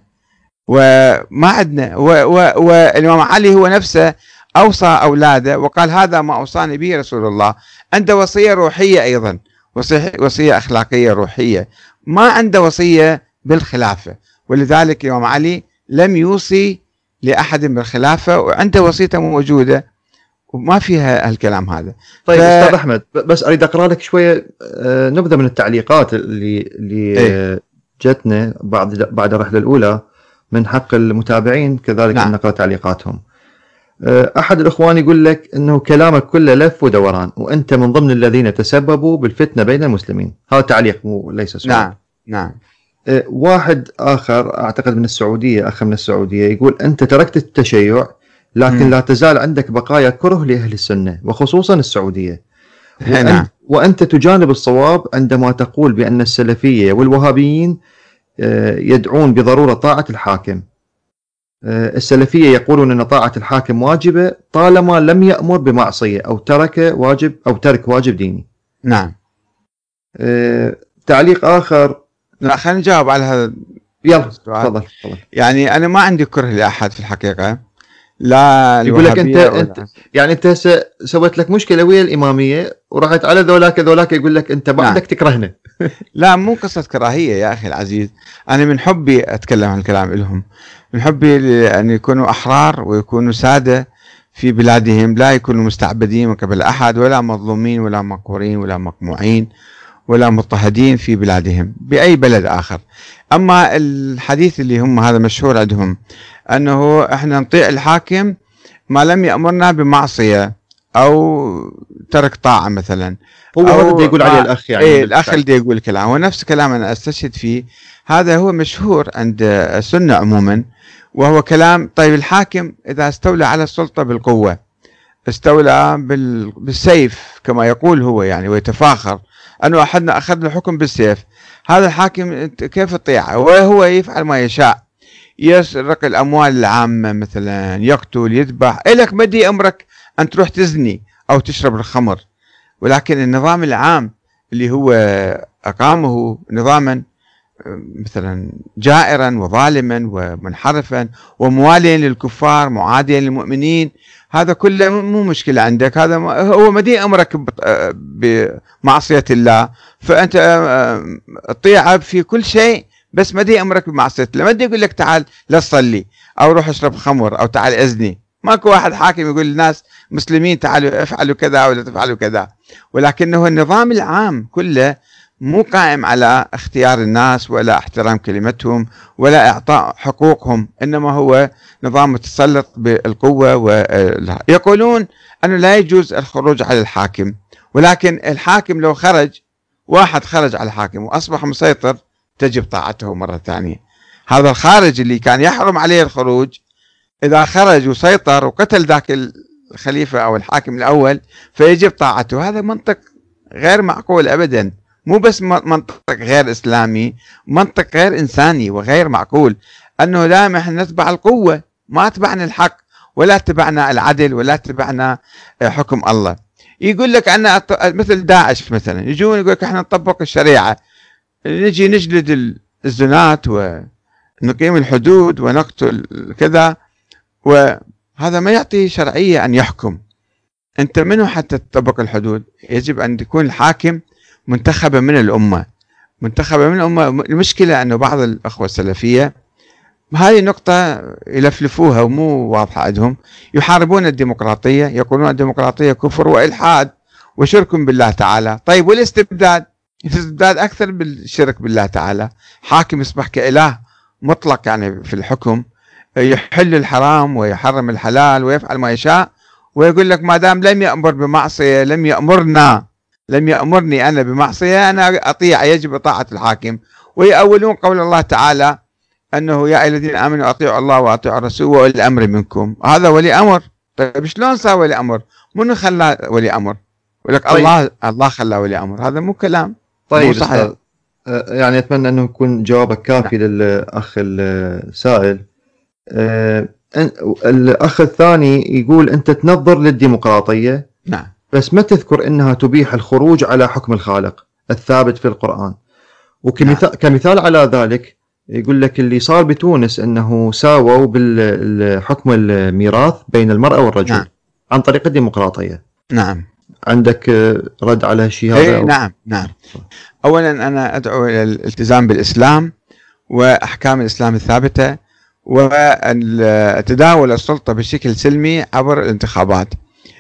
وما عندنا. والإمام علي هو نفسه أوصى أولاده وقال هذا ما أوصاني به رسول الله. عنده وصية روحية أيضا، وصية أخلاقية روحية، ما عنده وصية بالخلافة. ولذلك الإمام علي لم يوصي لأحد بالخلافة، وعنده وصيته موجودة وما فيها الكلام هذا. طيب أستاذ أحمد، بس أريد أقرأ لك شوية نبذة من التعليقات اللي جتنا بعد الرحلة الأولى من حق المتابعين كذلك. نعم. نقرأ تعليقاتهم. أحد الإخوان يقول لك أنه كلامك كله لف ودوران، وأنت من ضمن الذين تسببوا بالفتنة بين المسلمين. هذا تعليق ليس سؤال. نعم. واحد آخر أعتقد من السعودية، أخ من السعودية، يقول أنت تركت التشيع لكن لا تزال عندك بقايا كره لأهل السنة وخصوصا السعودية. وأنت تجانب الصواب عندما تقول بأن السلفية والوهابيين يدعون بضرورة طاعة الحاكم. السلفية يقولون أن طاعة الحاكم واجبة طالما لم يأمر بمعصية أو ترك واجب ديني. نعم. تعليق آخر. لا، خلينا نجاوب على هذا. يلا تفضل. يعني أنا ما عندي كره لأحد في الحقيقة. لا، يقول لك أنت يعني أنت سويت لك مشكلة ويا الإمامية ورحت على ذولاك يقول لك أنت بعدك تكرهنا. لا، مو قصة كراهية يا أخي العزيز. أنا من حبي أتكلم عن الكلام لهم، من حبي أن يكونوا أحرار ويكونوا سادة في بلادهم، لا يكونوا مستعبدين من قبل أحد، ولا مظلومين ولا مقهورين ولا مقموعين ولا مضطهدين في بلادهم بأي بلد آخر. أما الحديث اللي هم هذا مشهور عندهم أنه إحنا نطيع الحاكم ما لم يأمرنا بمعصية أو ترك طاعة مثلا. هو هذا اللي يقول عليه الأخ، يعني الأخ اللي يقول كلام هو نفس كلام أنا أستشهد فيه. هذا هو مشهور عند السنة عموما، وهو كلام طيب الحاكم إذا استولى على السلطة بالقوة، استولى بالسيف كما يقول هو يعني ويتفاخر أنه أحدنا أخذ الحكم بالسيف، هذا الحاكم كيف تطيعه؟ وهو يفعل ما يشاء، يسرق الأموال العامة مثلا، يقتل، يذبح. إلك مدي أمرك أن تروح تزني أو تشرب الخمر، ولكن النظام العام اللي هو أقامه نظاما مثلا جائرا وظالما ومنحرفا ومواليا للكفار معاديا للمؤمنين، هذا كله مو مشكلة عندك. هذا هو مدي أمرك بمعصية الله، فأنت تطيعه في كل شيء بس ما دي أمرك بمعصية الله، ما دي يقول لك تعال لا تصلي أو روح اشرب خمر أو تعال أزني. ماكو واحد حاكم يقول للناس مسلمين تعالوا افعلوا كذا ولا تفعلوا كذا، ولكنه النظام العام كله مو قائم على اختيار الناس ولا احترام كلمتهم ولا إعطاء حقوقهم، إنما هو نظام متسلط بالقوة. ويقولون أنه لا يجوز الخروج على الحاكم، ولكن الحاكم لو خرج، واحد خرج على الحاكم وأصبح مسيطر، تجب طاعته مرة ثانية. هذا الخارج اللي كان يحرم عليه الخروج إذا خرج وسيطر وقتل ذاك الخليفة أو الحاكم الأول فيجب طاعته. هذا منطق غير معقول أبدا، مو بس منطق غير إسلامي، منطق غير إنساني وغير معقول. أنه لا نحن نتبع القوة، ما تبعنا الحق ولا تبعنا العدل ولا تبعنا حكم الله. يقول لك أن مثل داعش مثلا يجون يقول لك احنا نطبق الشريعة، نجي نجلد الزنات ونقيم الحدود ونقتل كذا، وهذا ما يعطي شرعية أن يحكم. أنت منو حتى تطبق الحدود؟ يجب أن يكون الحاكم منتخبة من الأمة، منتخبة من الأمة. المشكلة أنه بعض الأخوة السلفية هذه النقطة يلفلفوها ومو واضحة عندهم، يحاربون الديمقراطية، يقولون الديمقراطية كفر وإلحاد وشرك بالله تعالى. طيب والاستبداد؟ الاستبداد أكثر بالشرك بالله تعالى. حاكم يصبح كإله مطلق يعني في الحكم، يحل الحرام ويحرم الحلال ويفعل ما يشاء، ويقول لك ما دام لم يأمر بمعصية، لم يأمرني أنا بمعصية، أنا أطيع، يجب طاعة الحاكم. ويأولون قول الله تعالى أنه يا أيها الذين آمنوا أطيعوا الله وأطيعوا الرسول وأولي الأمر منكم. هذا ولي أمر. طيب شلون صار ولي أمر؟ منو خلاه ولي أمر؟ يقول لك طيب. الله خلاه ولي أمر. هذا مو كلام. طيب مو صحيح. يعني أتمنى أنه يكون جوابك كافي للأخ السائل. الأخ الثاني يقول أنت تنظر للديمقراطية، نعم، بس ما تذكر أنها تبيح الخروج على حكم الخالق الثابت في القرآن. كمثال على ذلك يقول لك اللي صار بتونس أنه ساووا بالحكم الميراث بين المرأة والرجل. نعم. عن طريق الديمقراطية. نعم. عندك رد على الشيء هذا؟ نعم. أولا أنا أدعو إلى الالتزام بالإسلام وأحكام الإسلام الثابتة، وتداول السلطة بشكل سلمي عبر الانتخابات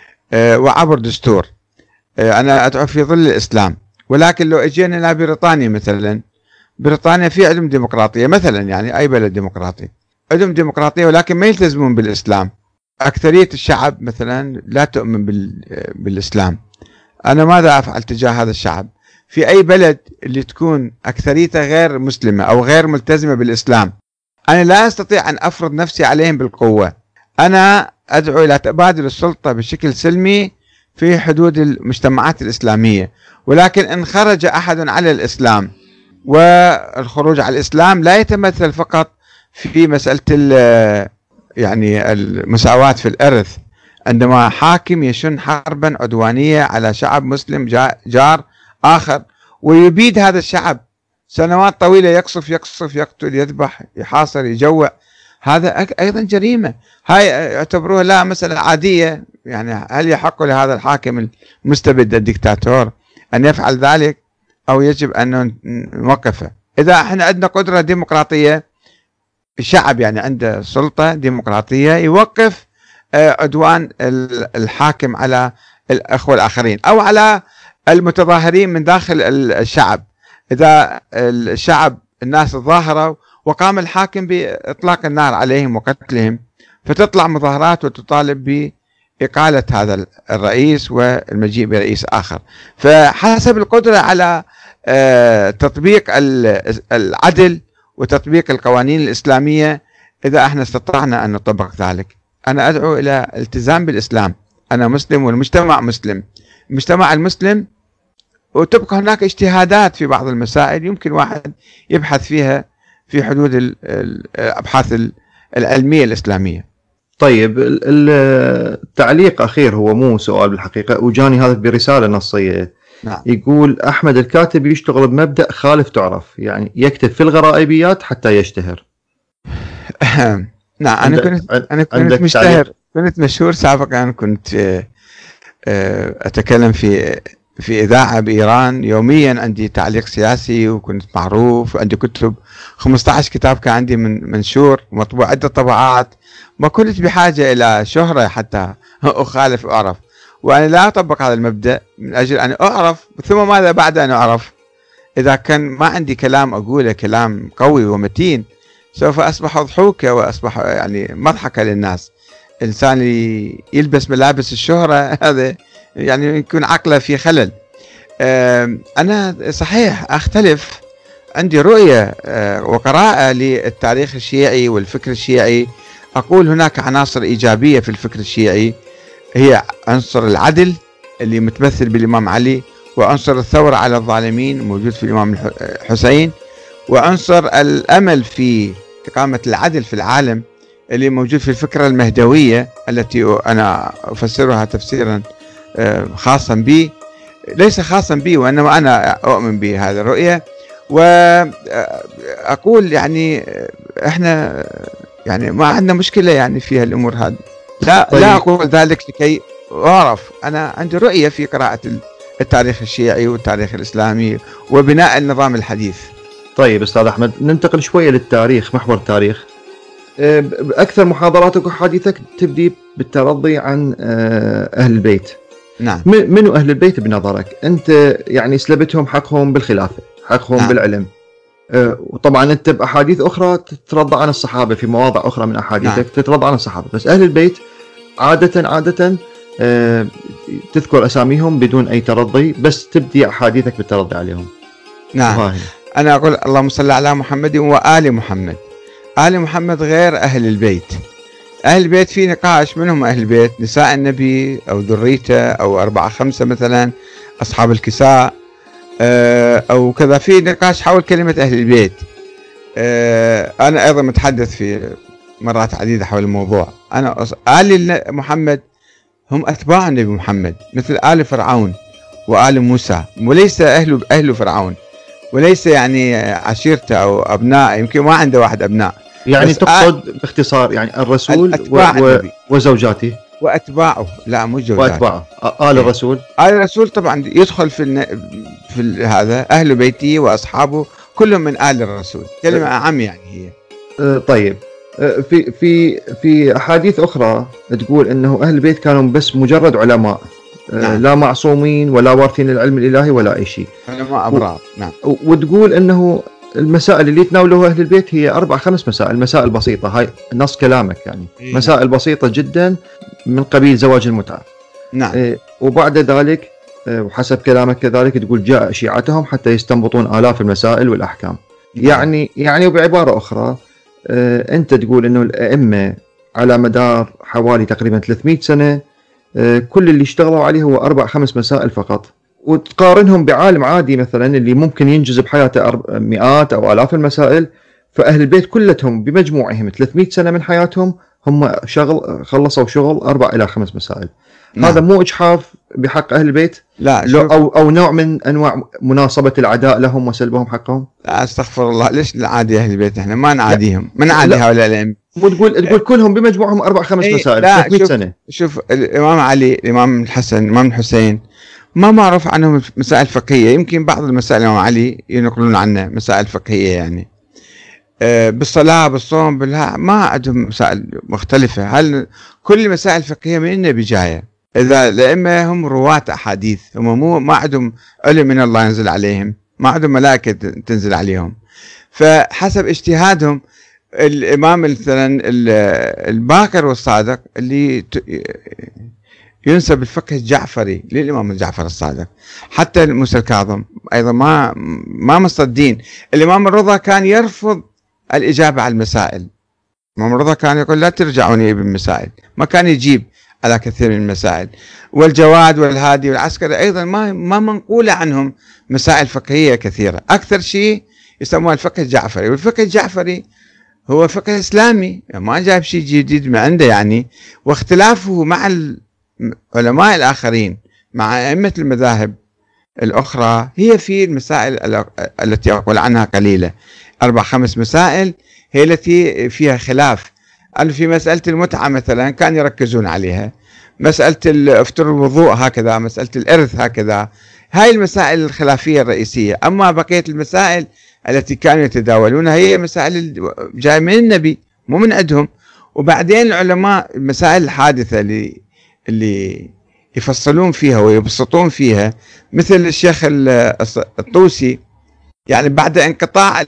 وعبر دستور. أنا أدعو في ظل الإسلام. ولكن لو اجينا إلى بريطانيا مثلا، بريطانيا في عندهم ديمقراطية مثلا، يعني أي بلد ديمقراطي عندهم ديمقراطية، ولكن ما يلتزمون بالإسلام. أكثرية الشعب مثلا لا تؤمن بالإسلام. أنا ماذا أفعل تجاه هذا الشعب؟ في أي بلد اللي تكون أكثريتها غير مسلمة أو غير ملتزمة بالإسلام، أنا لا أستطيع أن أفرض نفسي عليهم بالقوة. أنا أدعو إلى تبادل السلطة بشكل سلمي في حدود المجتمعات الإسلامية. ولكن إن خرج أحد على الإسلام، والخروج على الإسلام لا يتمثل فقط في مسألة يعني المساواة في الإرث، عندما حاكم يشن حربا عدوانية على شعب مسلم جار آخر ويبيد هذا الشعب سنوات طويلة، يقصف يقتل يذبح يحاصر يجوع، هذا أيضا جريمة. هاي يعتبروها لا مسألة عادية. يعني هل يحق لهذا الحاكم المستبد الدكتاتور أن يفعل ذلك، أو يجب أن نوقفه؟ إذا احنا عندنا قدرة ديمقراطية، الشعب يعني عنده سلطة ديمقراطية يوقف عدوان الحاكم على الأخوة الآخرين أو على المتظاهرين من داخل الشعب. إذا الشعب الناس تظاهروا وقام الحاكم بإطلاق النار عليهم وقتلهم، فتطلع مظاهرات وتطالب بإقالة هذا الرئيس والمجيء برئيس آخر. فحسب القدرة على تطبيق العدل وتطبيق القوانين الإسلامية، إذا احنا استطعنا أن نطبق ذلك. أنا أدعو إلى التزام بالإسلام. أنا مسلم والمجتمع مسلم. المجتمع المسلم، وتبقى هناك اجتهادات في بعض المسائل يمكن واحد يبحث فيها في حدود الأبحاث العلمية الإسلامية. طيب التعليق أخير، هو مو سؤال بالحقيقة، وجاني هذا برسالة نصية. نعم. يقول أحمد الكاتب يشتغل بمبدأ خالف تعرف، يعني يكتب في الغرائبيات حتى يشتهر. نعم. أنا كنت مشتهر، كنت مشهور سابقا. كنت أتكلم في في إذاعة بإيران، يوميا عندي تعليق سياسي وكنت معروف وعندي كتب، 15 كتاب كان عندي منشور ومطبوع عدة طبعات. ما كنت بحاجة إلى شهرة حتى أخالف أعرف، وأنا لا أطبق هذا المبدأ من أجل أن أعرف، ثم ماذا بعد أن أعرف؟ إذا كان ما عندي كلام أقوله، كلام قوي ومتين، سوف أصبح ضحوكة وأصبح يعني مضحكة للناس. الإنسان اللي يلبس ملابس الشهرة هذا يعني يكون عقله في خلل. أنا صحيح أختلف، عندي رؤية وقراءة للتاريخ الشيعي والفكر الشيعي. أقول هناك عناصر إيجابية في الفكر الشيعي، هي عنصر العدل اللي متمثل بالإمام علي، وعنصر الثورة على الظالمين موجود في الإمام الحسين، وعنصر الأمل في إقامة العدل في العالم اللي موجود في الفكرة المهدوية التي أنا أفسرها تفسيرا خاصا بي، ليس خاصا بي وإنما أنا أؤمن بهذه الرؤية. وأقول يعني إحنا يعني ما عندنا مشكلة يعني في هالأمور هذه. لا أقول ذلك لكي أعرف، أنا عندي رؤية في قراءة التاريخ الشيعي والتاريخ الإسلامي وبناء النظام الحديث. طيب أستاذ أحمد، ننتقل شوية للتاريخ، محور التاريخ. أكثر محاضراتك وحديثك تبدي بالترضي عن أهل البيت. نعم. منو أهل البيت بنظرك؟ أنت يعني سلبتهم حقهم بالخلافة، حقهم نعم. بالعلم. وطبعا أنت بأحاديث أخرى تترضى عن الصحابة، في مواضع أخرى من أحاديثك نعم. تترضى عن الصحابة، بس أهل البيت عادة تذكر أساميهم بدون أي ترضي، بس تبدي أحاديثك بالترضي عليهم. نعم. أنا أقول اللهم صل على محمد وآل محمد. آل محمد غير أهل البيت. أهل البيت في نقاش، منهم أهل البيت؟ نساء النبي أو ذريته أو 4 5 مثلا، أصحاب الكساء أو كذا. في نقاش حول كلمة أهل البيت. أنا أيضا متحدث في مرات عديدة حول الموضوع. أنا آل محمد هم أتباع النبي محمد، مثل آل فرعون وآل موسى، وليس أهل فرعون، وليس يعني عشيرته أو أبناء، يمكن ما عنده واحد أبناء. يعني تقصد باختصار يعني الرسول وزوجاته وأتباعه، لا مو زوجاته، وأتباعه. آل الرسول، آل الرسول طبعا يدخل في هذا، أهل بيته وأصحابه كلهم من آل الرسول، كلمة عام يعني هي. طيب، في أحاديث أخرى تقول إنه أهل البيت كانوا بس مجرد علماء، نعم. لا معصومين ولا وارثين العلم الإلهي ولا أي شيء، علماء أبرار. نعم. وتقول إنه المسائل اللي يتناولوها أهل البيت هي 4 5 مسائل، مسائل بسيطة، هاي نص كلامك يعني. مسائل بسيطة جدا من قبيل زواج المتعة. نعم. وبعد ذلك وحسب كلامك كذلك تقول جاء شيعتهم حتى يستنبطون آلاف المسائل والأحكام. نعم. يعني وبعبارة أخرى أنت تقول إنه الأئمة على مدار حوالي تقريبا 300 سنة كل اللي اشتغلوا عليه هو 4 5 مسائل فقط، وتقارنهم بعالم عادي مثلا اللي ممكن ينجز بحياته مئات أو آلاف المسائل. فأهل البيت كلتهم بمجموعهم 300 سنة من حياتهم هم خلصوا شغل 4 إلى 5 مسائل. نعم. هذا مو إجحاف بحق أهل البيت؟ لا، أو نوع من أنواع مناصبة العداء لهم وسلبهم حقهم؟ لا استغفر الله، ليش نعادي أهل البيت؟ إحنا ما نعاديهم، ما نعادي هؤلاء الأئمة. تقول كلهم بمجموعهم 4 5 مسائل 300 سنة. شوف الإمام علي، الإمام الحسن، الإمام الحسين ما معروف عنهم مسائل فقهية. يمكن بعض المسائل الإمام علي ينقلون عنه مسائل فقهية يعني، بالصلاة بالصوم ما عندهم مسائل مختلفة. هل كل المسائل الفقهية من النبي جاية؟ إذا الأئمة هم رواة أحاديث، هم ما عندهم علم من الله ينزل عليهم، ما عندهم ملائكة تنزل عليهم، فحسب اجتهادهم. الإمام مثلا الباقر والصادق اللي ينسب الفقه الجعفري للإمام الجعفر الصادق، حتى موسى الكاظم أيضا ما مصدين. الإمام الرضا كان يرفض الإجابة على المسائل. الإمام الرضا كان يقول لا ترجعوني بالمسائل، ما كان يجيب على كثير من المسائل. والجواد والهادي والعسكري أيضا ما منقولة عنهم مسائل فقهية كثيرة. أكثر شيء يسموها الفقه الجعفري، والفقه الجعفري هو فقه إسلامي، ما جايب شيء جديد من عنده يعني. واختلافه مع العلماء الآخرين، مع أئمة المذاهب الأخرى، هي في المسائل التي أقول عنها قليلة. 4 5 مسائل هي التي فيها خلاف. في مسألة المتعة مثلا كان يركزون عليها، مسألة افتر الوضوء هكذا، مسألة الإرث هكذا. هاي المسائل الخلافية الرئيسية. أما بقية المسائل التي كانوا يتداولونها هي مسائل جاية من النبي مو من عندهم. وبعدين العلماء المسائل الحادثة اللي يفصلون فيها ويبسطون فيها، مثل الشيخ الطوسي، يعني بعد انقطاع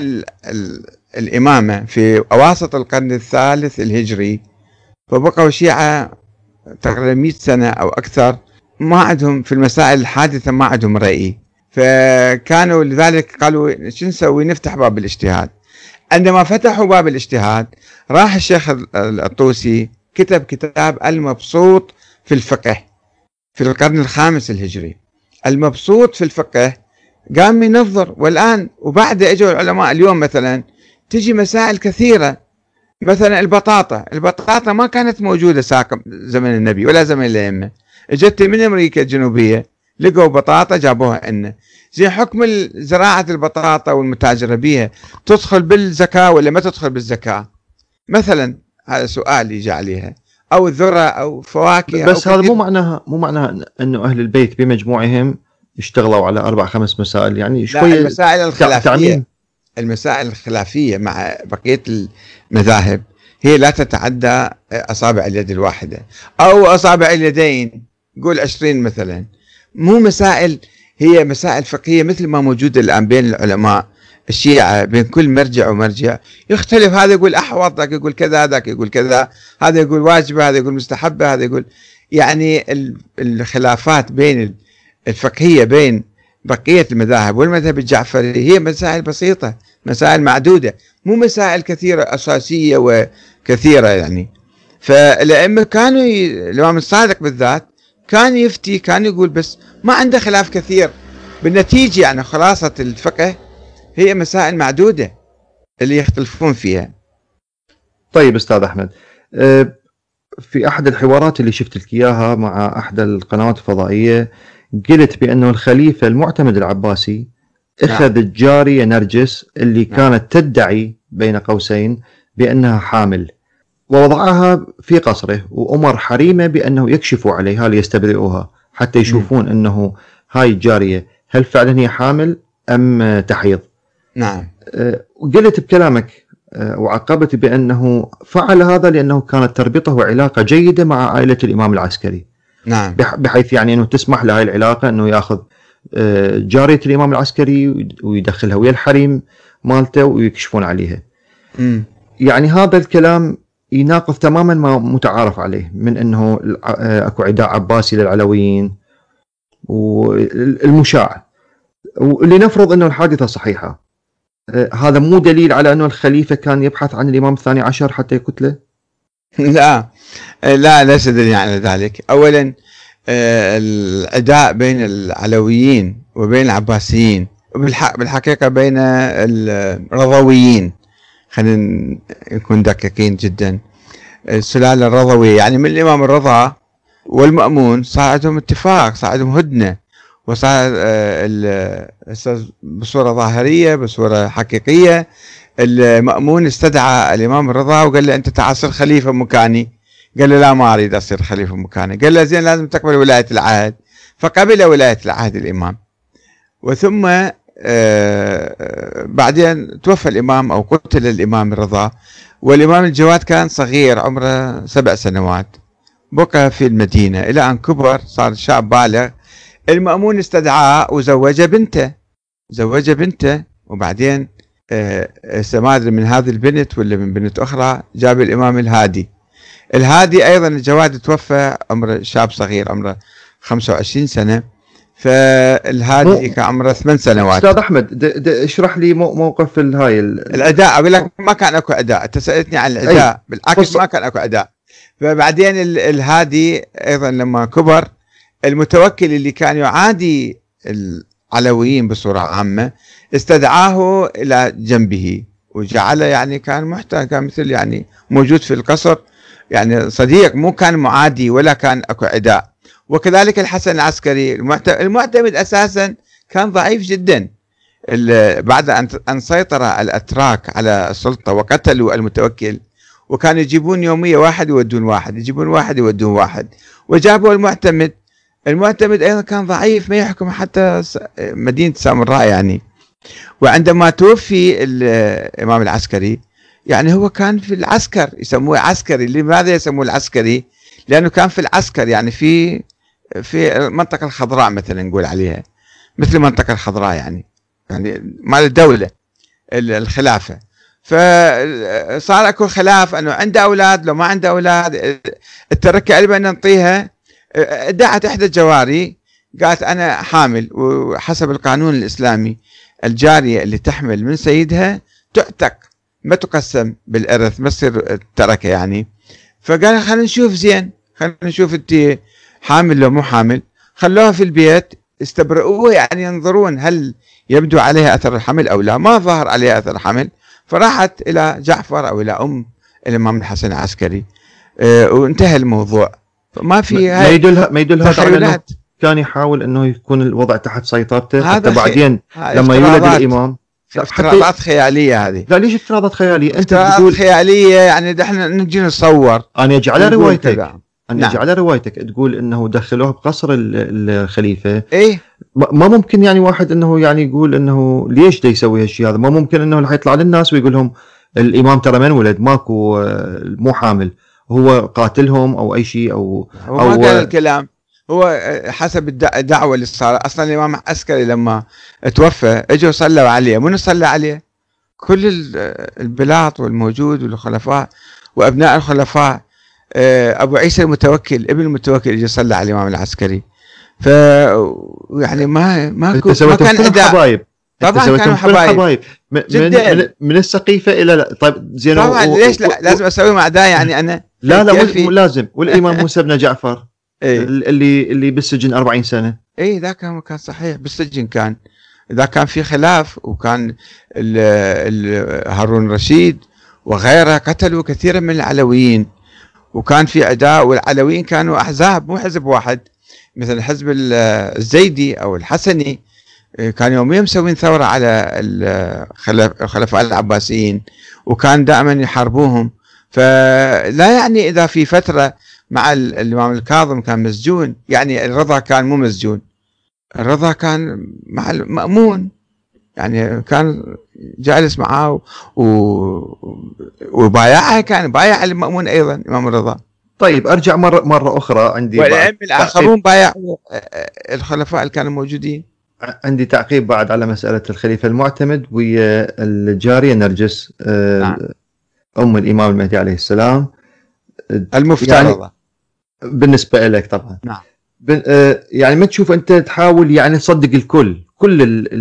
الإمامة في أواسط القرن الثالث الهجري، فبقوا شيعة تقريبا 100 سنة أو أكثر ما عندهم في المسائل الحادثة ما عندهم رأي، فكانوا لذلك قالوا شو نسوي؟ نفتح باب الاجتهاد. عندما فتحوا باب الاجتهاد راح الشيخ الطوسي كتب كتاب المبسوط في الفقه في القرن الخامس الهجري. المبسوط في الفقه قام ينظر، والآن وبعد اجوا العلماء اليوم مثلا تجي مسائل كثيرة، مثلا البطاطا ما كانت موجودة ساكن زمن النبي ولا زمن الأئمة، اجت من أمريكا الجنوبية لقوا بطاطا جابوها لنا. زين حكم زراعة البطاطا والمتاجرة بها تدخل بالزكاة ولا ما تدخل بالزكاة مثلا؟ هذا سؤال يجي عليها. أو الذرة أو فواكه. بس هذا مو معناها أنه أهل البيت بمجموعهم اشتغلوا على 4-5 مسائل، يعني شوية المسائل الخلافية المسائل الخلافية مع بقية المذاهب هي لا تتعدى أصابع اليد الواحدة أو أصابع اليدين، قول 20 مثلا. مو مسائل، هي مسائل فقهية مثل ما موجودة الآن بين العلماء الشيعة، بين كل مرجع ومرجع يختلف، هذا يقول أحوط، ذاك يقول كذا، ذاك يقول كذا، هذا يقول واجبة، هذا يقول مستحبة، هذا يقول، يعني الخلافات بين الفقهية بين بقية المذاهب والمذهب الجعفري هي مسائل بسيطة، مسائل معدودة، مو مسائل كثيرة أساسية وكثيرة يعني. فالأئمة كانوا الإمام الصادق بالذات كان يفتي، كان يقول، بس ما عنده خلاف كثير. بالنتيجة يعني خلاصة الفقه هي مسائل معدودة اللي يختلفون فيها. طيب أستاذ أحمد، في أحد الحوارات اللي شفت لك إياها مع أحد القنوات الفضائية قلت بأنه الخليفة المعتمد العباسي أخذ الجارية نرجس اللي كانت تدعي بين قوسين بأنها حامل ووضعها في قصره، وأمر حريمة بأنه يكشفوا عليها ليستبرئوها حتى يشوفون أنه هاي الجارية هل فعلا هي حامل أم تحيض. نعم. قلت بكلامك وعقبت بأنه فعل هذا لأنه كانت تربطه علاقة جيدة مع عائلة الإمام العسكري. نعم. بحيث يعني أنه تسمح لهاي العلاقة أنه يأخذ جارية الإمام العسكري ويدخلها ويا الحريم مالته ويكشفون عليها. يعني هذا الكلام يناقض تماما ما متعارف عليه من أنه أكو عداء عباسي للعلويين والمشاع، ولنفرض أنه الحادثة صحيحة، هذا مو دليل على أنه الخليفة كان يبحث عن الإمام الثاني عشر حتى يقتله؟ لا ليس دليل على ذلك. أولا العداء بين العلويين وبين العباسيين، بالحقيقة بين الرضويين، خلينا نكون دقيقين جدا، السلالة الرضوية يعني من الإمام الرضا والمأمون صار عندهم اتفاق، صار عندهم هدنة، وصار بصورة ظاهرية بصورة حقيقية. المأمون استدعى الإمام الرضا وقال له أنت تعال صير خليفة مكاني، قال له لا ما أريد أصير خليفة مكاني، قال له زين لازم تقبل ولاية العهد، فقبل ولاية العهد الإمام. وثم بعدين توفى الإمام أو قتل الإمام الرضا، والإمام الجواد كان صغير عمره 7 سنوات، بقى في المدينة إلى أن كبر صار شاب بالغ. المأمون استدعاه وزوج بنته، وبعدين ما أدري من هذه البنت ولا من بنت أخرى جاب الإمام الهادي أيضا الجواد توفى عمره شاب صغير عمره 25 سنة، فالهادي كان عمره 8 سنوات. أستاذ أحمد اشرح لي موقف هاي الأداء. أقول لك ما كان أكو أداء، أنت سألتني عن الأداء، بالعكس ما كان أكو أداء. فبعدين الهادي أيضا لما كبر، المتوكل اللي كان يعادي العلويين بصورة عامة استدعاه إلى جنبه وجعله يعني كان محترم، كان مثل يعني موجود في القصر، يعني صديق، مو كان معادي ولا كان أكو عداء. وكذلك الحسن العسكري المعتمد أساسا كان ضعيف جدا. بعد أن سيطر الأتراك على السلطة وقتلوا المتوكل، وكانوا يجيبون يومية واحد يودون واحد، يجيبون واحد يودون واحد، وجابوا المعتمد المعتمد أيضا كان ضعيف، ما يحكم حتى مدينة سامراء يعني. وعندما توفي الإمام العسكري يعني هو كان في العسكر، يسموه عسكري. لماذا يسموه العسكري؟ لأنه كان في العسكر، يعني في المنطقة الخضراء مثلا نقول عليها، مثل المنطقة الخضراء يعني مال الدولة الخلافة. فصار اكو خلاف انه عنده اولاد لو ما عنده اولاد. التركه اللي بدنا نعطيها، ادعت احدى الجواري قالت انا حامل، وحسب القانون الاسلامي الجاريه اللي تحمل من سيدها تعتق، ما تقسم بالارث، ما تصير التركه يعني. فقال خلينا نشوف زين، خلينا نشوف انت حامل لو مو حامل. خلوها في البيت استبرئوه، يعني ينظرون هل يبدو عليها اثر الحمل او لا. ما ظهر عليها اثر الحمل، فراحت الى جعفر او الى ام الامام الحسن العسكري، وانتهى الموضوع. ما في ما يدل هذا على انه كان يحاول انه يكون الوضع تحت سيطرته، حتى بعدين لما يولد الامام. افتراضات خياليه هذه. لا ليش افتراضات خياليه؟ انت افتراضات خياليه يعني احنا نجي نتصور. انا اجعل روايتك، اجعل روايتك تقول انه دخلوه بقصر الخليفه. ايه ما ممكن يعني واحد انه يعني يقول انه ليش دا يسوي هالشيء هذا؟ ما ممكن انه راح يطلع للناس ويقول لهم الامام ترى من ولد، ماكو، مو حامل، هو قاتلهم او اي شيء او ما قال الكلام. هو حسب الدعوه اللي صار. اصلا الامام العسكري لما توفى اجوا صلوا عليه. من صلى عليه؟ كل البلاط والموجود والخلفاء وابناء الخلفاء. ابو عيسى المتوكل ابن المتوكل اجى صلى على الامام العسكري. ف يعني ما كان حبايب. طبعا كانوا حبايب من السقيفه الى طيب زين. طبعا ليش لازم اسوي مع اعداء يعني انا؟ لا مو لازم. والامام موسى بن جعفر اللي بالسجن 40 سنه. اي ذاك كان صحيح بالسجن. كان اذا كان في خلاف، وكان هارون الرشيد وغيره قتلوا كثيرا من العلويين، وكان في عداء. والعلويين كانوا احزاب مو حزب واحد، مثل حزب الزيدي او الحسني كانوا يوميا مسوين ثوره على الخلفاء العباسيين، وكان دائما يحاربوهم. فلا يعني اذا في فتره مع الامام الكاظم كان مسجون، يعني الرضا كان مو مسجون، الرضا كان مع المأمون، يعني كان جالس معه وبايعه، كان بايع المأمون ايضا امام الرضا. طيب ارجع مره اخرى. عندي والائمه الاخرون بايعوا الخلفاء اللي كانوا موجودين. عندي تعقيب بعد على مساله الخليفه المعتمد ويا الجاريه نرجس، نعم. ام الامام المهدي عليه السلام المفترضه يعني بالنسبه لك طبعا. نعم. يعني ما تشوف انت تحاول يعني تصدق كل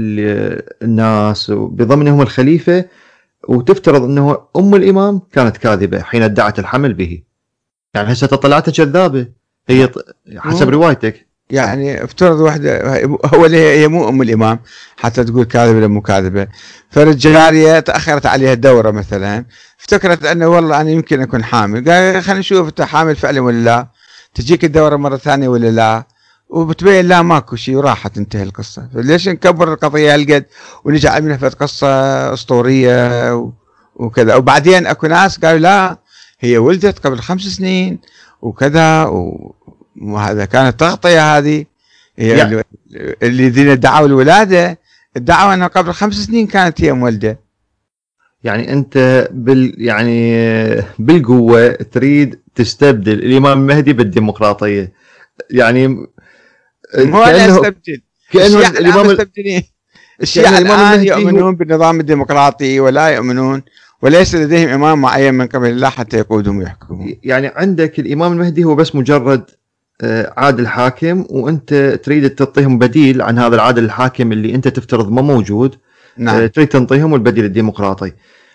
الناس بضمنهم الخليفه، وتفترض انه ام الامام كانت كاذبه حين ادعت الحمل به؟ يعني هسه طلعتها كذابه هي حسب روايتك. يعني افترض واحده هو هي مو ام الامام حتى تقول كاذبه ولا مو كاذبه. فالجاريه تاخرت عليها الدوره مثلا، افتكرت انه والله انا يمكن اكون حامل. قال خلينا نشوف انت حامل فعلا ولا لا، تجيك الدوره مره ثانيه ولا لا، وبتبين لا ماكو شيء وراحت تنتهي القصه. ليش نكبر القضيه هالقد ونجعل منها قصه اسطوريه وكذا؟ وبعدين اكو ناس قالوا لا هي ولدت قبل 5 سنين وكذا، وهذا كانت تغطيه. هذه هي الذين ادعوا الولاده ادعوا انه قبل 5 سنين كانت هي مولده. يعني انت يعني بالقوه تريد تستبدل الامام المهدي بالديمقراطيه. يعني مو انا استبدل، كانه الامام مستبدلين. الشيعة الان يؤمنون بالنظام الديمقراطي ولا يؤمنون، وليس لديهم امام معين من قبل الله حتى يقودهم ويحكمون. يعني عندك الامام المهدي هو بس مجرد عادل حاكم، وانت تريد تعطيهم بديل عن هذا العادل الحاكم اللي انت تفترض ما موجود. نعم. تريد تنطيهم البديل الديمقراطي.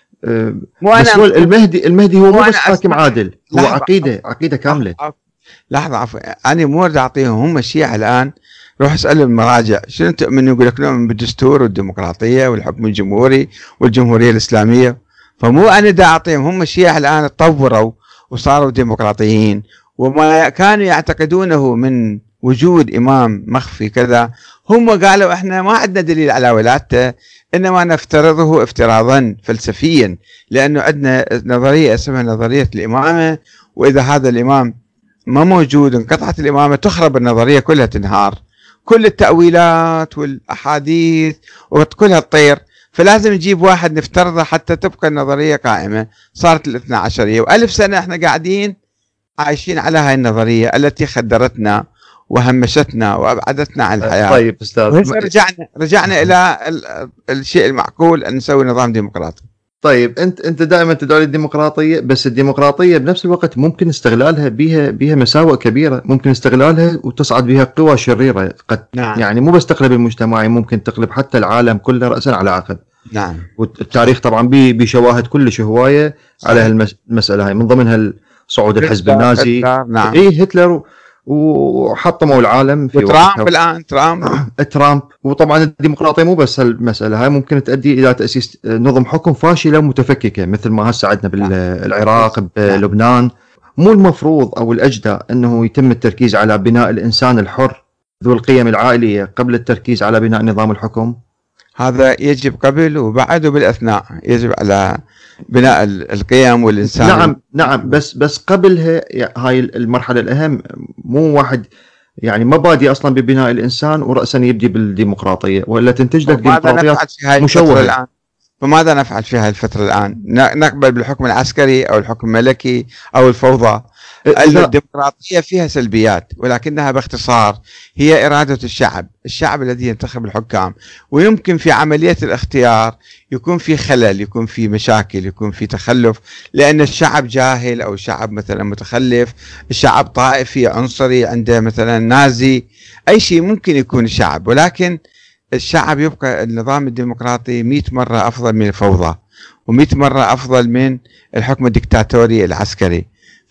بس هو المهدي هو مو بس حاكم عادل، هو عقيده كامله. لحظه عفوا، انا مو اريد اعطيهم هم الشيعة الان. روح اسال المراجع شنو تؤمن، يقول لك نؤمن بالدستور والديمقراطيه والحكم الجمهوري والجمهوريه الاسلاميه. فمو انا دا اعطيهم، هم الشيعة الان تطوروا وصاروا ديمقراطيين، وما كانوا يعتقدونه من وجود امام مخفي كذا هم قالوا احنا ما عندنا دليل على ولادته، انما نفترضه افتراضا فلسفيا، لانه عندنا نظريه اسمها نظريه الامامه، واذا هذا الامام ما موجود، انقطعت الإمامة، تخرب النظرية كلها، تنهار كل التأويلات والأحاديث وكلها تطير. فلازم نجيب واحد نفترضه حتى تبقى النظرية قائمة. صارت الاثنى عشرية و1000 سنة احنا قاعدين عايشين على هاي النظرية التي خدرتنا وهمشتنا وأبعدتنا عن الحياة. طيب أستاذ، رجعنا إلى الشيء المعقول أن نسوي نظام ديمقراطي. طيب انت دائما تدعو للديمقراطيه، بس الديمقراطيه بنفس الوقت ممكن استغلالها بها مساوئ كبيره، ممكن استغلالها وتصعد بها قوى شريره قد نعم. يعني مو بس تقلب المجتمع، ممكن تقلب حتى العالم كله راسا على عقب. نعم. والتاريخ طبعا بشواهد كلش هوايه على هالمساله هاي، من ضمنها صعود الحزب النازي. نعم. هتلر وحطموا العالم في وترامب الان ترامب. وطبعا الديمقراطيه مو بس هالمساله هاي، ممكن تؤدي الى تاسيس نظم حكم فاشله متفككه مثل ما هسه عندنا بالعراق بلبنان. مو المفروض او الاجدى انه يتم التركيز على بناء الانسان الحر ذو القيم العائليه قبل التركيز على بناء نظام الحكم؟ هذا يجب قبل وبعد وبالاثناء، يجب على بناء القيم والإنسان. نعم بس قبلها هاي المرحلة الأهم. مو واحد يعني مبادئ أصلا ببناء الإنسان ورأسا يبدي بالديمقراطية، وإلا تنتج لك ديمقراطيات مشوهة. فماذا نفعل في هذه الفترة الآن؟ نقبل بالحكم العسكري أو الحكم الملكي أو الفوضى؟ الديمقراطية فيها سلبيات، ولكنها باختصار هي إرادة الشعب الذي ينتخب الحكام. ويمكن في عملية الاختيار يكون في خلل، يكون في مشاكل، يكون في تخلف، لأن الشعب جاهل أو الشعب مثلا متخلف، الشعب طائفي عنصري، عنده مثلا نازي، أي شيء ممكن يكون الشعب. ولكن الشعب يبقى النظام الديمقراطي 100 مرة أفضل من الفوضى، و100 مرة أفضل من الحكم الدكتاتوري العسكري.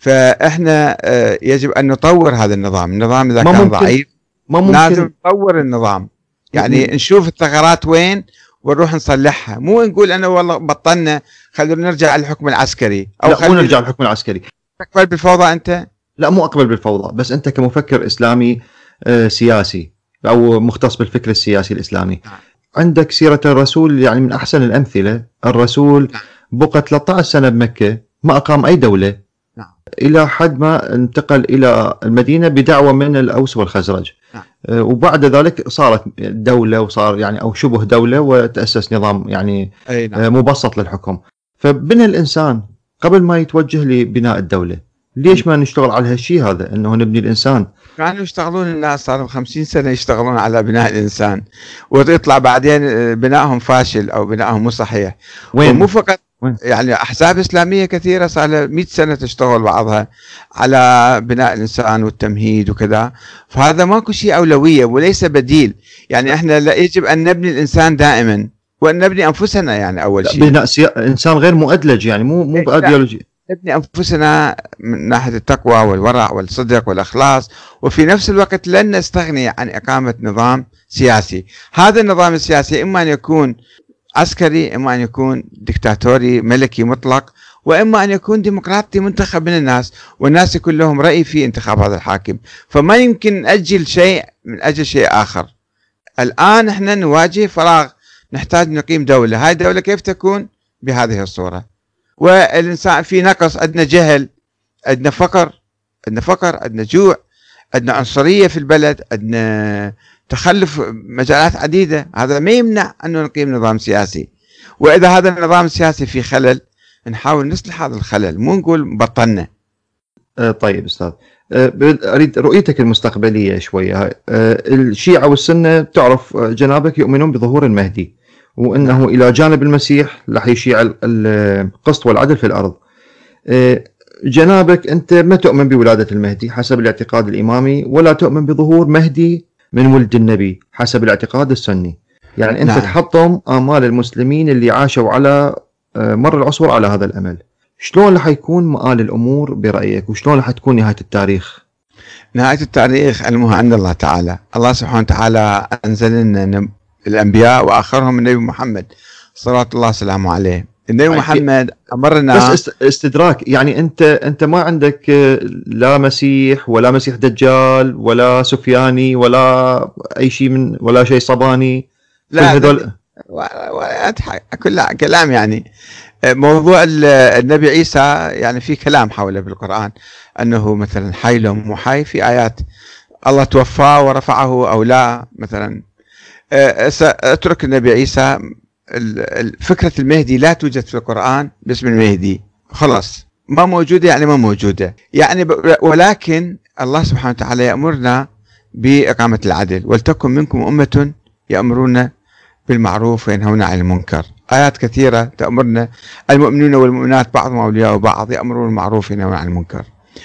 فإحنا يجب أن نطور هذا النظام إذا كان ضعيف لازم نطور النظام، يعني نشوف الثغرات وين ونروح نصلحها. مو نقول أنا والله بطلنا خلونا نرجع للحكم العسكري، أو لا مو نرجع للحكم العسكري. تقبل بالفوضى أنت؟ لا مو أقبل بالفوضى، بس أنت كمفكر إسلامي سياسي أو مختص بالفكر السياسي الإسلامي، عندك سيرة الرسول يعني من أحسن الأمثلة. الرسول بقى 13 سنة بمكة، ما أقام أي دولة إلى حد ما انتقل إلى المدينة بدعوة من الأوس والخزرج. وبعد ذلك صارت دولة، وصار يعني أو شبه دولة، وتأسس نظام يعني مبسط للحكم. فبنى الإنسان قبل ما يتوجه لبناء الدولة. ليش ما نشتغل على هالشيء هذا، أنه نبني الإنسان؟ كانوا يشتغلون، الناس صاروا 50 سنة يشتغلون على بناء الإنسان، ويطلع بعدين بنائهم فاشل أو بنائهم مو صحيح. ومو فقط يعني أحزاب إسلامية كثيرة صار لها 100 سنة تشتغل بعضها على بناء الإنسان والتمهيد وكذا. فهذا ماكو شيء أولوية وليس بديل. يعني إحنا يجب أن نبني الإنسان دائما، وأن نبني أنفسنا. يعني أول شيء بناء إنسان غير مؤدلج، يعني مو بأيديولوجي. نبني أنفسنا من ناحية التقوى والورع والصدق والإخلاص، وفي نفس الوقت لن نستغني عن إقامة نظام سياسي. هذا النظام السياسي إما أن يكون عسكري، إما أن يكون دكتاتوري ملكي مطلق، وإما أن يكون ديمقراطي منتخب من الناس، والناس يكون لهم رأي في انتخاب هذا الحاكم. فما يمكن نأجل شيء من أجل شيء آخر. الآن احنا نواجه فراغ، نحتاج نقيم دولة. هاي الدولة كيف تكون؟ بهذه الصورة. والإنسان في نقص، عندنا جهل، عندنا فقر، عندنا جوع، عندنا عنصرية في البلد، عندنا تخلف مجالات عديدة. هذا ما يمنع أنه نقيم نظام سياسي. وإذا هذا النظام السياسي في خلل نحاول نصلح هذا الخلل، مو نقول بطلنا. طيب أستاذ، أريد رؤيتك المستقبلية شوية. الشيعة والسنة تعرف جنابك يؤمنون بظهور المهدي، وأنه إلى جانب المسيح رح يشيع القسط والعدل في الأرض. جنابك أنت ما تؤمن بولادة المهدي حسب الاعتقاد الإمامي، ولا تؤمن بظهور مهدي من ولد النبي حسب الاعتقاد السني. يعني أنت تحطم آمال المسلمين اللي عاشوا على مر العصور على هذا الأمل. شلون رح يكون مآل الأمور برأيك، وشلون رح تكون نهاية التاريخ؟ نهاية التاريخ علمها عند الله تعالى. الله سبحانه وتعالى أنزل لنا الأنبياء، وآخرهم النبي محمد صلى الله وسلامه عليه. النبي محمد أمرنا، بس استدراك. يعني أنت ما عندك لا مسيح ولا مسيح دجال ولا سفياني ولا أي شيء من ولا شيء صباني. لا هذول كلها كلام. يعني موضوع النبي عيسى يعني في كلام حوله بالقرآن أنه مثلا حي لو مو حي، في آيات الله توفاه ورفعه أو لا مثلا. سأترك النبي عيسى. فكرة المهدي لا توجد في القرآن باسم المهدي، خلاص ما موجودة يعني ما موجودة يعني. ولكن الله سبحانه وتعالى يأمرنا بإقامة العدل، ولتكن منكم أمة يأمرون بالمعروف وينهون عن المنكر. آيات كثيرة تأمرنا. المؤمنون والمؤمنات بعضهم أولياء بعض، يأمرون بالمعروف وينهون عن المنكر.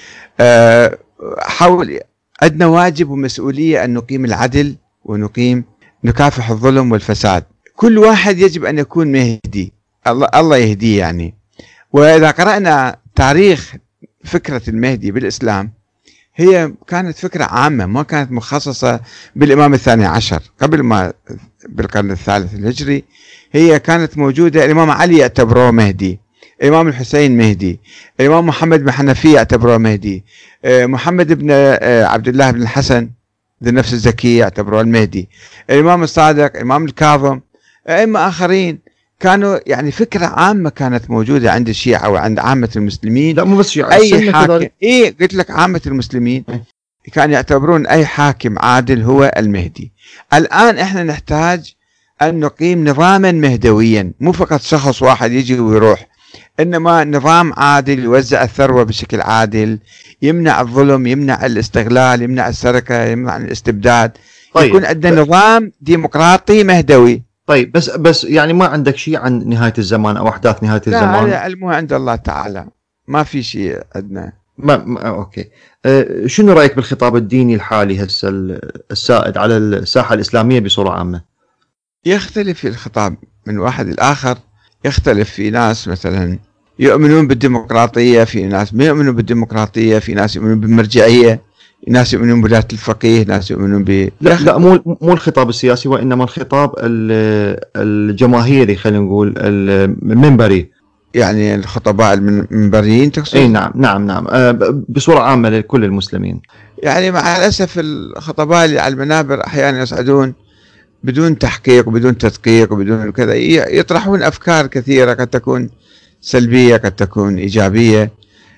حول عندنا واجب ومسؤولية أن نقيم العدل نكافح الظلم والفساد. كل واحد يجب أن يكون مهدي، الله يهديه يعني. وإذا قرأنا تاريخ فكرة المهدي بالإسلام، هي كانت فكرة عامة، ما كانت مخصصة بالإمام الثاني عشر. قبل ما بالقرن الثالث الهجري هي كانت موجودة. الإمام علي يعتبروه مهدي، الإمام الحسين مهدي، الإمام محمد بن حنفية يعتبروه مهدي، محمد بن عبد الله بن الحسن ذو النفس الزكية يعتبروه المهدي، الإمام الصادق، الإمام الكاظم، أئمة آخرين. كانوا يعني فكرة عامة كانت موجودة عند الشيعة وعند عامة المسلمين. لا مو بس شيعة، أي حاكم، قلت لك عامة المسلمين كانوا يعتبرون أي حاكم عادل هو المهدي. الآن إحنا نحتاج أن نقيم نظاما مهدويا، مو فقط شخص واحد يجي ويروح، إنما نظام عادل يوزع الثروة بشكل عادل، يمنع الظلم، يمنع الاستغلال، يمنع السرقة، يمنع الاستبداد. طيب. يكون عندنا نظام ديمقراطي مهدوي. طيب بس يعني ما عندك شيء عن نهاية الزمان أو أحداث نهاية الزمان؟ لا، علمه عند الله تعالى، ما في شيء عندنا. أوكي. شنو رأيك بالخطاب الديني الحالي هسه السائد على الساحة الإسلامية بصورة عامة؟ يختلف الخطاب من واحد لآخر، يختلف. في ناس مثلا يؤمنون بالديمقراطية، في ناس ما يؤمنون بالديمقراطية، في ناس يؤمنون بالمرجعية، ناس يؤمنون بولاية الفقيه، ناس يؤمنون لا مو الخطاب السياسي، وإنما الخطاب الجماهيري، خلينا نقول المنبري، يعني الخطباء المنبريين تقصد؟ اي نعم بصورة عامة لكل المسلمين. يعني مع الأسف الخطباء اللي على المنابر أحيانا يصعدون بدون تحقيق وبدون تدقيق وبدون كذا، يطرحون أفكار كثيرة قد تكون سلبية قد تكون إيجابية.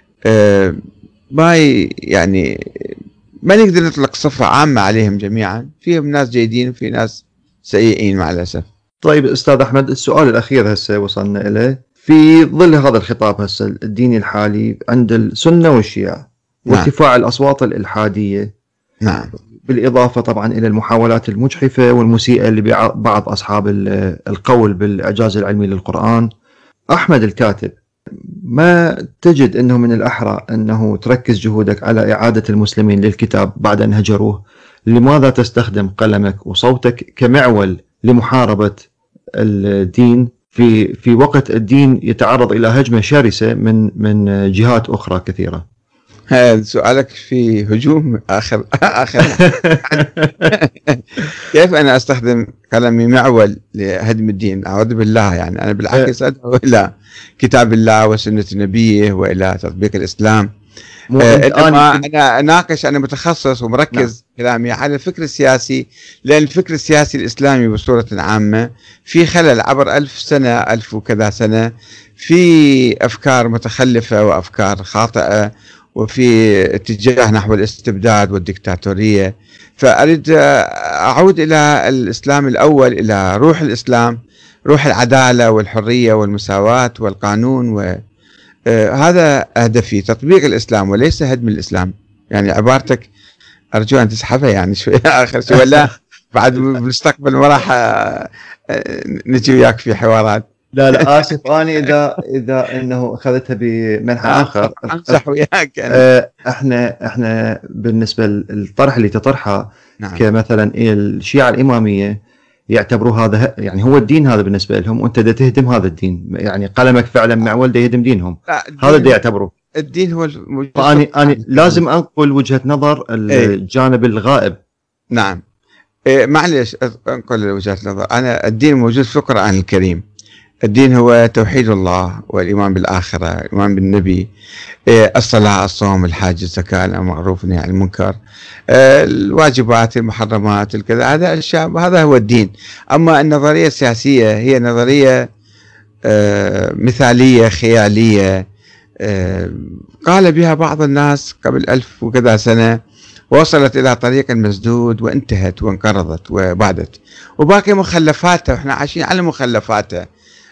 يعني ما نقدر نطلق صفة عامة عليهم جميعا، فيهم ناس جيدين وفي ناس سيئين مع الأسف. طيب أستاذ أحمد، السؤال الأخير هسه وصلنا إليه في ظل هذا الخطاب هسه الديني الحالي عند السنة والشيعة وارتفاع الأصوات الإلحادية، نعم، بالإضافة طبعا إلى المحاولات المجحفة والمسيئة لبعض أصحاب القول بالإعجاز العلمي للقرآن. أحمد الكاتب، ما تجد أنه من الأحرى أنه تركز جهودك على إعادة المسلمين للكتاب بعد أن هجروه؟ لماذا تستخدم قلمك وصوتك كمعول لمحاربة الدين في وقت الدين يتعرض إلى هجمة شرسة من جهات أخرى كثيرة؟ هذا سؤالك في هجوم آخر كيف أنا أستخدم قلمي معول لهدم الدين؟ أعوذ بالله. يعني أنا بالعكس أدعو إلى كتاب الله وسنة نبيه وإلى تطبيق الإسلام. إنما أنا أناقش، أنا متخصص ومركز كلامي على الفكر السياسي، لأن الفكر السياسي الإسلامي بصورة عامة في خلل عبر 1000 سنة، 1000 وكذا سنة، في أفكار متخلفة وأفكار خاطئة، وفي اتجاه نحو الاستبداد والديكتاتورية. فأريد أعود إلى الإسلام الأول، إلى روح الإسلام، روح العدالة والحرية والمساواة والقانون، وهذا هدفي، تطبيق الإسلام وليس هدم الإسلام. يعني عبارتك أرجو أن تسحبها يعني شوية آخر شوية، ولا بعد بالمستقبل ما راح نجي وياك في حوارات. لا آسف أنا إذا إنه أخذتها بمنحى آخر أمسح وياك. إحنا بالنسبة للطرح اللي تطرحه، نعم، كمثلا الشيعة الإمامية يعتبروا هذا يعني هو الدين، هذا بالنسبة لهم، وأنت دا تهدم هذا الدين، يعني قلمك فعلا معول دا يهدم دينهم. هذا دا يعتبروه الدين هو أنا لازم أنقل وجهة نظر الجانب الغائب. نعم، معلش أنقل وجهة نظر. أنا الدين موجود في القرآن الكريم. الدين هو توحيد الله والإيمان بالآخرة، الإيمان بالنبي، الصلاة، الصوم، الحج، الزكاة، المعروف والنهي عن المنكر، الواجبات، المحرمات، الكذا، هذا الشعب، هذا هو الدين. أما النظرية السياسية هي نظرية مثالية خيالية قال بها بعض الناس قبل 1000 وكذا سنة، وصلت إلى طريق مسدود وانتهت وانقرضت وبعدت، وباقي مخلفاتها وإحنا عايشين على مخلفاتها،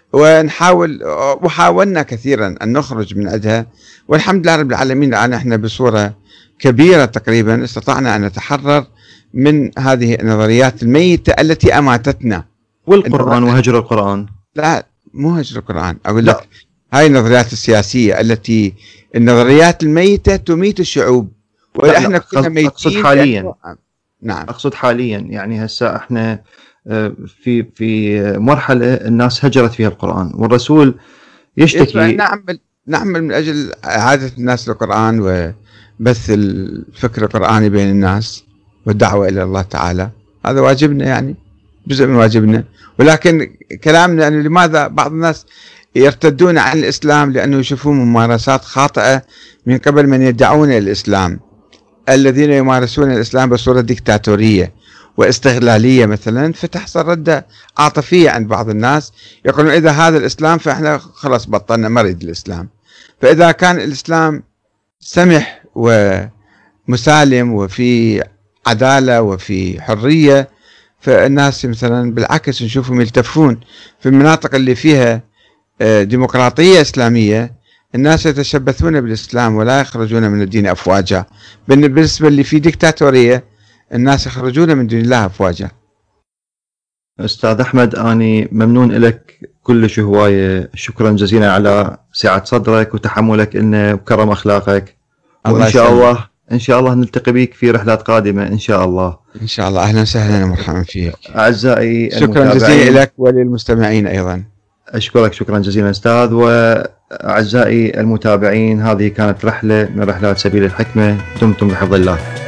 وحاولنا كثيرا أن نخرج من عندها، والحمد لله رب العالمين الآن إحنا بصورة كبيرة تقريبا استطعنا أن نتحرر من هذه النظريات الميتة التي أماتتنا. والقرآن وهجر القرآن، لا مو هجر القرآن، أقول لك هاي النظريات السياسية النظريات الميتة تميت الشعوب، وإحنا كنا ميتين. أقصد حاليا. نعم أقصد حاليا، يعني هسه إحنا في مرحلة الناس هجرت فيها القرآن، والرسول يشتكي. نعمل من أجل إعادة الناس للقرآن وبث الفكر القرآني بين الناس والدعوة إلى الله تعالى، هذا واجبنا، يعني جزء من واجبنا. ولكن كلامنا أنه لماذا بعض الناس يرتدون عن الإسلام؟ لأنه يشوفون ممارسات خاطئة من قبل من يدعون الإسلام، الذين يمارسون الإسلام بصورة ديكتاتورية واستغلالية مثلا، فتحصل ردة عاطفية عند بعض الناس يقولون إذا هذا الإسلام فإحنا خلاص بطلنا ما نريد الإسلام. فإذا كان الإسلام سمح ومسالم وفي عدالة وفي حرية، فالناس مثلا بالعكس نشوفهم يلتفون في المناطق اللي فيها ديمقراطية إسلامية، الناس يتشبثون بالإسلام ولا يخرجون من الدين أفواجا. بالنسبة اللي في ديكتاتورية الناس يخرجون من دين الله أفواجا. أستاذ أحمد، أني ممنون لك كلش هواية، شكرا جزيلا على سعة صدرك وتحملك لنا وكرم أخلاقك، وإن شاء الله نلتقي بك في رحلات قادمة إن شاء الله. إن شاء الله، أهلا وسهلا ومرحبا فيك أعزائي شكرا جزيلا لك وللمستمعين أيضا. أشكرك شكرا جزيلا أستاذ. وأعزائي المتابعين، هذه كانت رحلة من رحلات سبيل الحكمة، دمتم بحفظ الله.